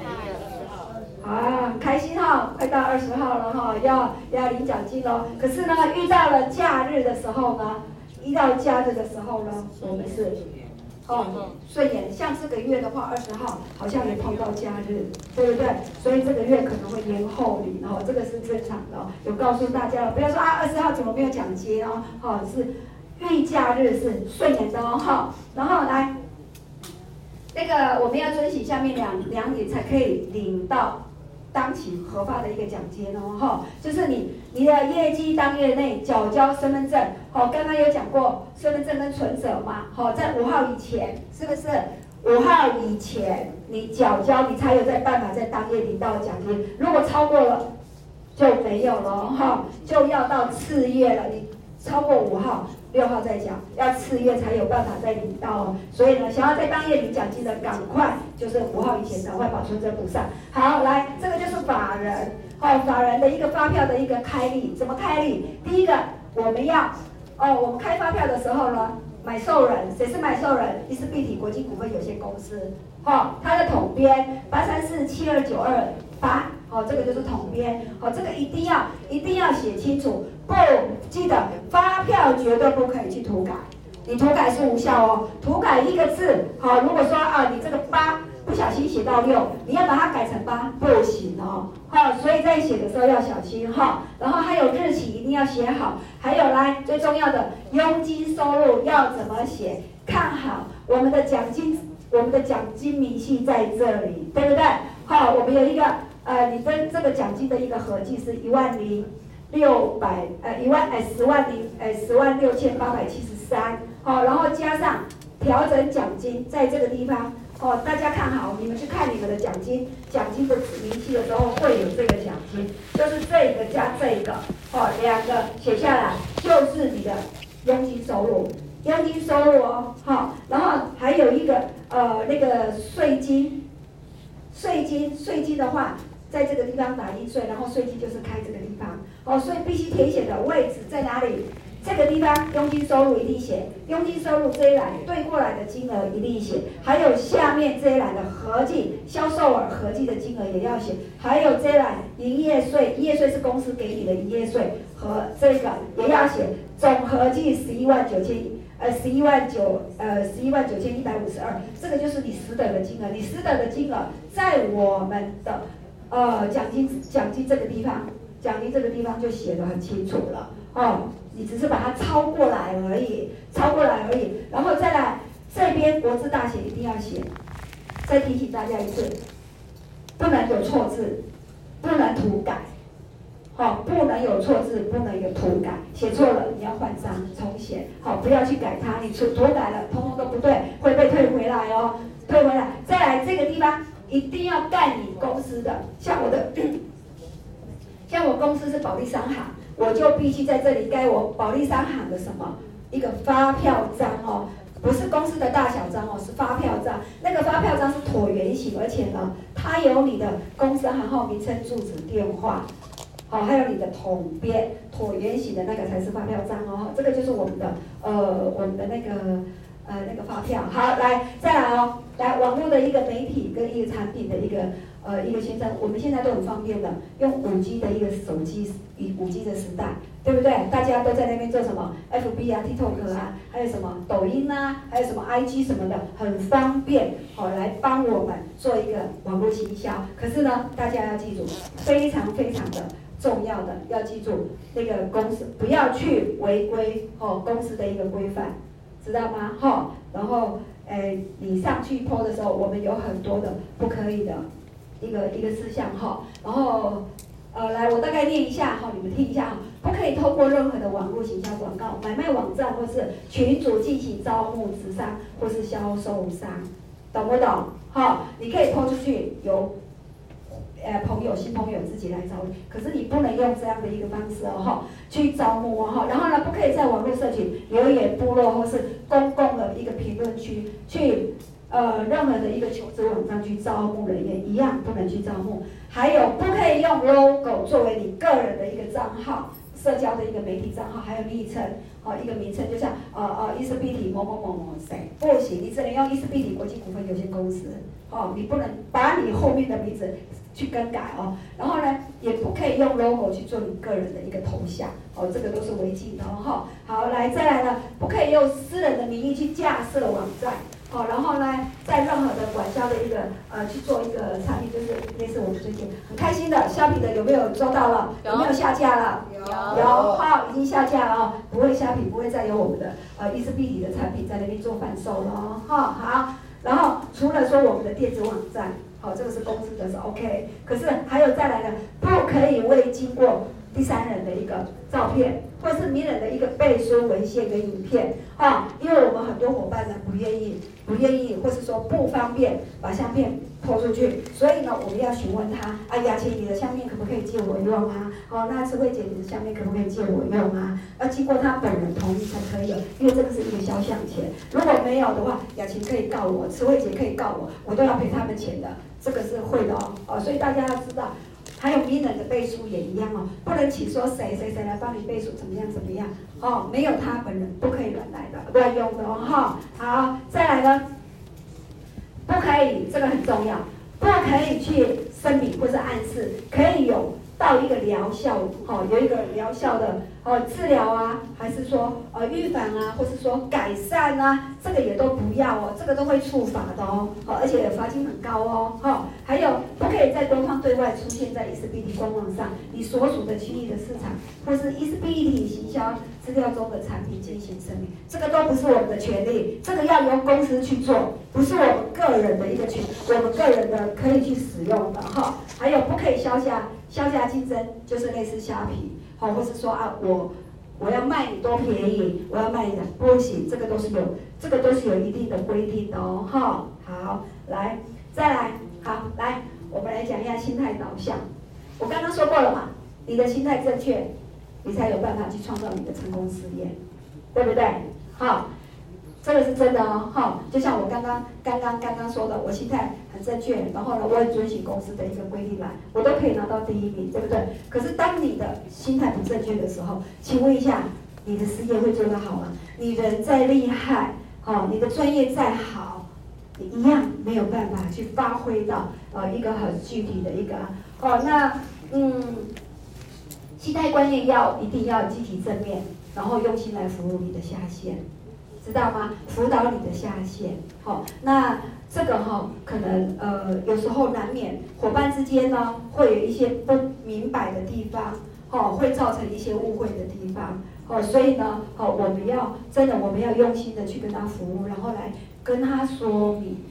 啊，很开心哈，快到20号了哈，要领奖金喽。可是呢，遇到了假日的时候呢，我们是顺延，像这个月的话，20号好像也碰到假日，对不对？所以这个月可能会延后领哦，这个是正常的哦。有告诉大家了，不要说啊20号怎么没有奖金哦，哈，是遇假日是顺延的哦，哈。然后来，那个我们要遵循下面两点才可以领到当期核发的一个奖金哦，哈，就是你的业绩当月内缴交身份证，好，刚刚有讲过身份证跟存折嘛，好，在5号以前，是不是？5号以前你缴交，你才有办法在当月领到奖金。如果超过了就没有了，哈，就要到次月了。你超过5号、6号再缴，要次月才有办法再领到哦。所以呢，想要在当月领奖金的，赶快就是5号以前赶快把存折补上。好，来，这个就是法人，法人的一个发票的一个开立，怎么开立？第一个，我们开发票的时候呢，买受人，谁是买受人？伊斯必体国际股份有限公司，它的统编83472928。这个就是统编，这个一定要写清楚，不记得发票绝对不可以去涂改，你涂改是无效哦，涂改一个字，如果说你这个8不小心写到6，你要把它改成8不行哦，所以在写的时候要小心哈，然后还有日期一定要写好，还有来最重要的佣金收入要怎么写，看好我们的奖金明细在这里，对不对？好，我们有一个。你跟这个奖金的一个合计是10,600，10万6873，然后加上调整奖金，在这个地方，大家看好，你们去看你们的奖金的明细的时候会有这个奖金，就是这个加这个，2个写下来就是你的佣金收入哦，好，然后还有一个那个税金的话。在这个地方打印税，然后税金就是开这个地方，所以必须填写的位置在哪里？这个地方佣金收入一定写，佣金收入这一栏对过来的金额一定写，还有下面这一栏的合计销售额合计的金额也要写，还有这一栏营业税是公司给你的营业税和这个也要写，总合计119152，这个就是你实得的金额，你实得的金额在我们的。奖金这个地方就写得很清楚了你只是把它抄过来而已，然后再来这边国字大写一定要写， 再提醒大家一次，不能有错字，不能涂改。好，不能有错字，不能有涂改，写错了你要换张重写。好，不要去改它，你涂改了，通通都不对，会被退回来哦，退回来。再来这个地方一定要盖你公司的，像我公司是保利商行，我就必须在这里盖我保利商行的什么一个发票章哦。不是公司的大小章哦，是发票章。那个发票章是椭圆形，而且呢，它有你的公司行号、名称、住址、电话。好，还有你的统编椭圆形的那个才是发票章哦，这个就是我们的那个发票。好，来再来哦，来网络的一个媒体跟一个产品的一个宣传，我们现在都很方便的，用5G 的一个手机，5G 的时代，对不对？大家都在那边做什么 ？FB 啊 ，TikTok 啊，还有什么抖音啊，还有什么 IG 什么的，很方便，好来帮我们做一个网络行销。可是呢，大家要记住，非常非常的。重要的要记住，那个公司不要去违规公司的一个规范，知道吗？然后你上去 po 的时候，我们有很多的不可以的一个事项然后来我大概念一下你们听一下不可以通过任何的网络行销广告、买卖网站或是群组进行招募直商或是销售商，懂不懂？你可以 po 出去由。新朋友自己来找你，可是你不能用这样的一个方式去招募然后呢，不可以在网络社群、留言部落或是公共的一个评论区去任何的一个求职网站去招募人员，一样不能去招募。还有不可以用 logo 作为你个人的一个账号、社交的一个媒体账号，还有昵称一个名称，就像伊斯必体某某某某谁，不行，你只能用伊斯必体国际股份有限公司你不能把你后面的名字去更改然后呢，也不可以用 logo 去做你个人的一个头像这个都是违禁的好，来再来呢，不可以用私人的名义去架设网站然后呢，在任何的管销的一个去做一个产品，就是类似我们最近很开心的虾皮的有没有收到了？有没有下架了？有已经下架了不会虾皮不会再有我们的伊斯必体的产品在那边做贩售了好，然后除了说我们的电子网站。这个是公司的是 OK， 可是还有再来的，不可以未经过第三人的一个照片，或是名人的一个背书文献跟影片因为我们很多伙伴呢不愿意，或是说不方便把相片抛出去，所以呢我们要询问他雅琪你的相片可不可以借我用啊？那智慧姐你的相片可不可以借我用啊？要经过他本人同意才可以因为这个是一个肖像权，如果没有的话，雅琪可以告我，智慧姐可以告我都要赔他们钱的。这个是会的所以大家要知道，还有名人的背书也一样不能请说谁来帮你背书怎么样没有他本人不可以乱用的好，再来呢，不可以，这个很重要，不可以去声明或是暗示，可以有到一个疗效有一个疗效的治疗啊，还是说预防啊，或是说改善啊，这个也都不要这个都会处罚的而且罚金很高还有不可以在官方对外出现在伊斯必体官网上你所属的区域的市场或是伊斯必体行销资料中的产品进行声明，这个都不是我们的权利，这个要由公司去做，不是我们个人的一个权，我们个人的可以去使用的还有不可以销价竞争，就是类似虾皮或是说我要卖你多便宜，我要卖你的不行，这个都是有一定的规定的好，来再来来，我们来讲一下心态导向。我刚刚说过了嘛，你的心态正确，你才有办法去创造你的成功事业，对不对？这个是真的就像我刚刚说的，我心态很正确，然后呢，我也遵循公司的一个规定来，我都可以拿到第1名，对不对？可是当你的心态不正确的时候，请问一下，你的事业会做得好吗？你人再厉害，你的专业再好，你一样没有办法去发挥到一个很具体的一个心态观念一定要积极正面，然后用心来服务你的下线。知道吗？辅导你的下线，那这个可能有时候难免伙伴之间呢会有一些不明白的地方，会造成一些误会的地方，所以呢，我们要用心的去跟他服务，然后来跟他说明，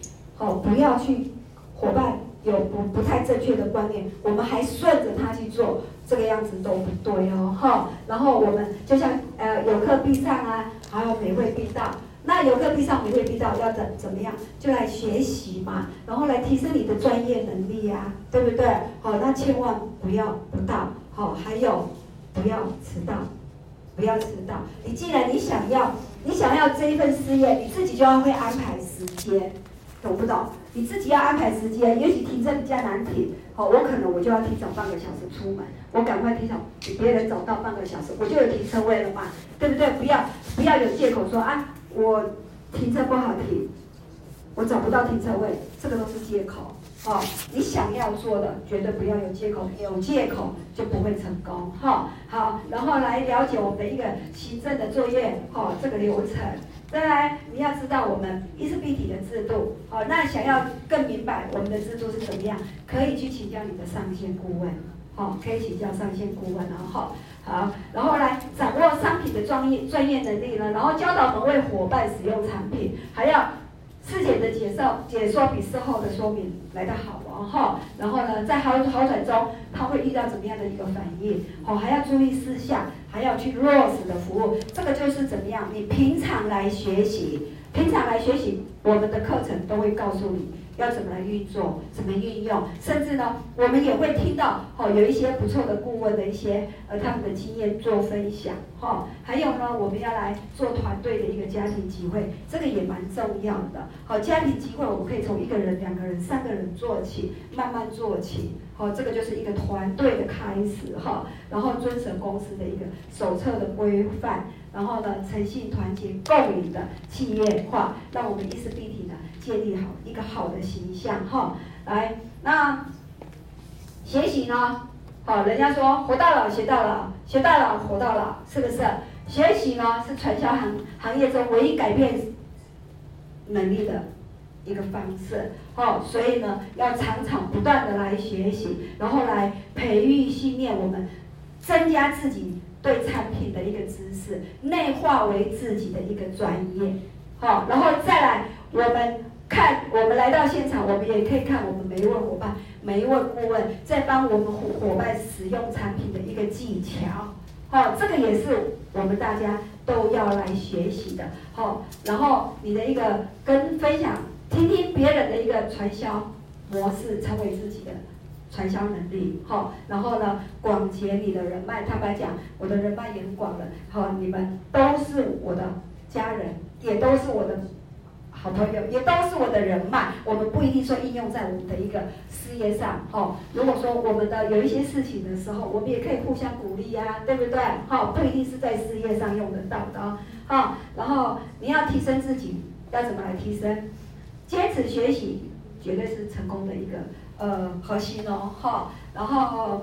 不要去伙伴有不太正确的观念，我们还顺着他去做，这个样子都不对哦，哈。然后我们就像有课必上啊，还有每会必到。那有课必上，每会必到，要怎么样？就来学习嘛，然后来提升你的专业能力啊，对不对？好，那千万不要不到，好，还有不要迟到，不要迟到。你既然你想要这一份事业，你自己就要会安排时间，懂不懂？你自己要安排时间，也许停车比较难停，好，我可能我就要提早半个小时出门，我赶快提早比别人早到半个小时，我就有停车位了嘛，对不对？不要有借口说啊，我停车不好停，我找不到停车位，这个都是借口。哦，你想要做的绝对不要有借口，有借口就不会成功。哈，好，然后来了解我们的一个行政的作业，这个流程。再来，你要知道我们议事必体的制度，那想要更明白我们的制度是怎么样，可以去请教你的上线顾问，可以请教上线顾问，好，然后来掌握商品的专业能力呢，然后教导门卫伙伴使用产品，还要事前的解说比事后的说明来得好哦，然后呢，在好转中他会遇到怎么样的一个反应，还要注意事项，还要去落实的服务，这个就是怎么样，你平常来学习，我们的课程都会告诉你要怎么来运作，怎么运用，甚至呢，我们也会听到有一些不错的顾问的一些他们的经验做分享，还有呢，我们要来做团队的一个家庭集会，这个也蛮重要的。好，家庭集会我们可以从1个人、2个人、3个人做起，慢慢做起。这个就是一个团队的开始然后遵守公司的一个手册的规范，然后呢，诚信、团结、共赢的企业化，让我们议事必体呢建立好一个好的形象来，那学习呢？人家说活到老学到老，学到老活到老，是不是？学习呢是传销行业中唯一改变能力的一个方式，所以呢，要常常不断的来学习，然后来培育训练我们，增加自己对产品的一个知识，内化为自己的一个专业，然后再来我们来到现场，我们也可以看我们每一位伙伴、每一位顾问在帮我们伙伴使用产品的一个技巧，这个也是我们大家都要来学习的，然后你的一个跟分享。听听别人的一个传销模式，成为自己的传销能力，然后呢，广结你的人脉。坦白讲，我的人脉也很广了，你们都是我的家人，也都是我的好朋友，也都是我的人脉。我们不一定说应用在我们的一个事业上，如果说我们的有一些事情的时候，我们也可以互相鼓励啊，对不对？不一定是在事业上用得到的然后你要提升自己，要怎么来提升？坚持学习绝对是成功的一个核心哦，然后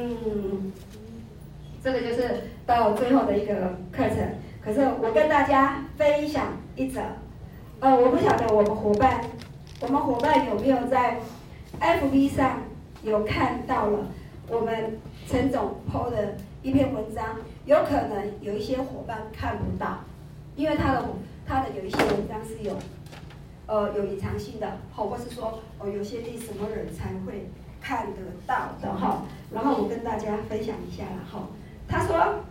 这个就是到最后的一个课程。可是我跟大家分享一则，我不晓得我们伙伴有没有在 FB 上有看到了我们陈总 PO 的一篇文章，有可能有一些伙伴看不到，因为他的有一些文章是有隐藏性的，或是说有些历什么人才会看得到的然后我跟大家分享一下啦他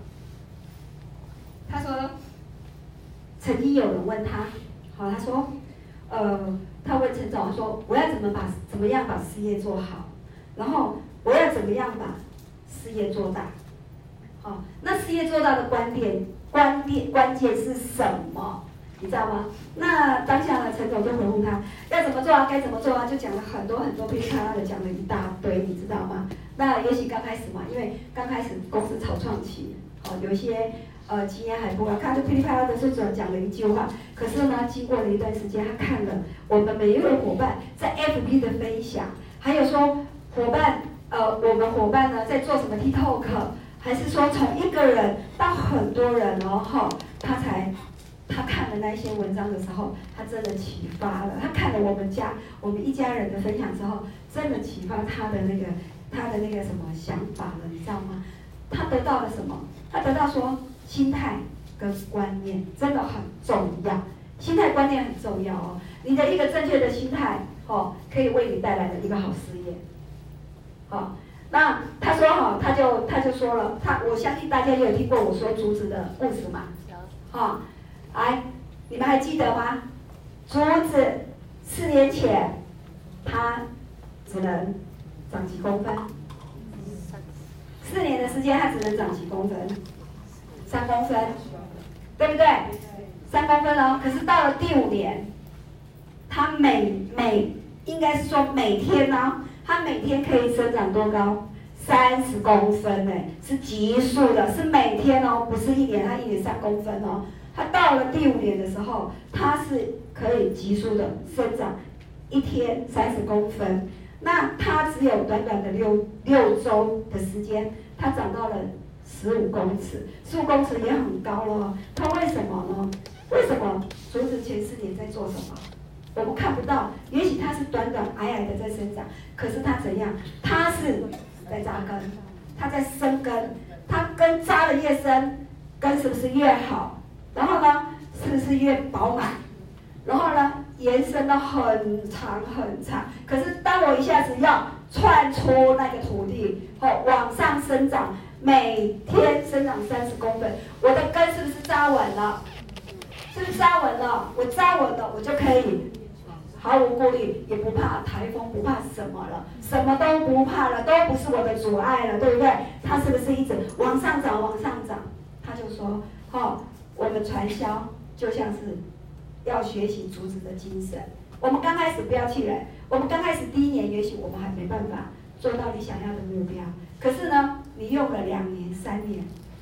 说曾经有人问他，他说他问陈总说，我要怎么样把事业做好，然后我要怎么样把事业做大，那事业做大的关键是什么？你知道吗？那当下呢，陈总就回复他要怎么做啊，该怎么做啊，就讲了很多噼里啪啦的讲了一大堆，你知道吗？那也许刚开始嘛，因为刚开始公司草创期，有一些经验还不够，他就噼里啪啦的就讲了一句话。可是呢，经过了一段时间，他看了我们每一位伙伴在 FB 的分享，还有说我们伙伴呢在做什么 TikTok， 还是说从1个人到很多人他看了那些文章的时候，他真的启发了。他看了我们一家人的分享之后，真的启发他的那个什么想法了，你知道吗？他得到了什么？他得到说心态跟观念真的很重要，心态观念很重要你的一个正确的心态可以为你带来的一个好事业。那他说他就说了，我相信大家也有听过我说竹子的故事嘛，来，你们还记得吗？竹子4年前，它只能长几公分？4年的时间，它只能长几公分？3公分，对不对？3公分哦。可是到了第5年，它应该是说每天呢，它每天可以生长多高？30公分呢，是急速的，是每天哦，不是1年，它1年3公分哦。它到了第5年的时候，它是可以急速的生长，1天30公分。那它只有短短的6周的时间，它长到了15公尺，15公尺也很高了。它为什么呢？为什么竹子前4年在做什么？我们看不到，也许它是短短矮矮的在生长，可是它怎样？它是在扎根，它在生根，它根扎的越深，根是不是越好？然后呢，是不是越饱满？然后呢，延伸到很长很长。可是当我一下子要窜出那个土地，往上生长，每天生长30公分，我的根是不是扎稳了？是不是扎稳了？我扎稳了，我就可以毫无顾虑，也不怕台风，不怕什么了，什么都不怕了，都不是我的阻碍了，对不对？它是不是一直往上涨，往上涨？他就说，我们传销就像是要学习竹子的精神。我们刚开始不要气馁，我们刚开始第1年，也许我们还没办法做到你想要的目标。可是呢，你用了2年、3年，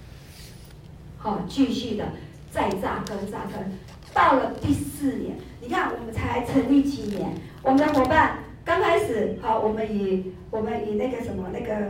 继续的再扎根，到了第4年，你看我们才成立几年，我们的伙伴刚开始，我们以那个什么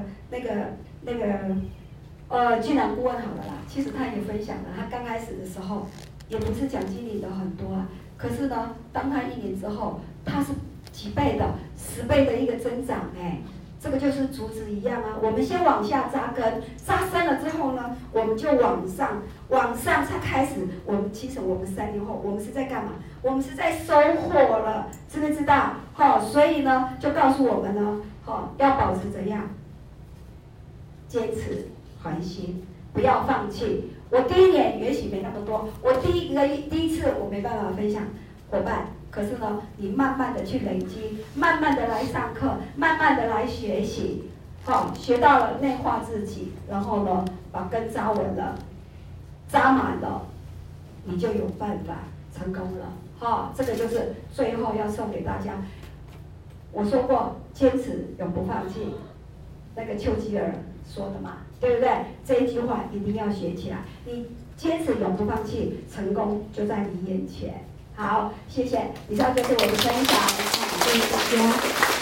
俊朗顾问好了啦，其实他也分享了，他刚开始的时候也不是奖金领的很多啊，可是呢，当他1年之后，他是几倍的，10倍的一个增长这个就是竹子一样啊，我们先往下扎根，扎深了之后呢，我们就往上才开始。其实我们3年后，我们是在干嘛？我们是在收获了，知不知道？所以呢，就告诉我们呢，要保持怎样？坚持恒心，不要放弃。我第1年也许没那么多，我第一次我没办法分享伙伴。可是呢，你慢慢的去累积，慢慢的来上课，慢慢的来学习，学到了内化自己，然后呢，把根扎稳了，扎满了，你就有办法成功了。这个就是最后要送给大家。我说过，坚持永不放弃，那个丘吉尔说的嘛，对不对？这一句话一定要学起来。你坚持永不放弃，成功就在你眼前。好，谢谢。以上就是我的分享，谢谢大家。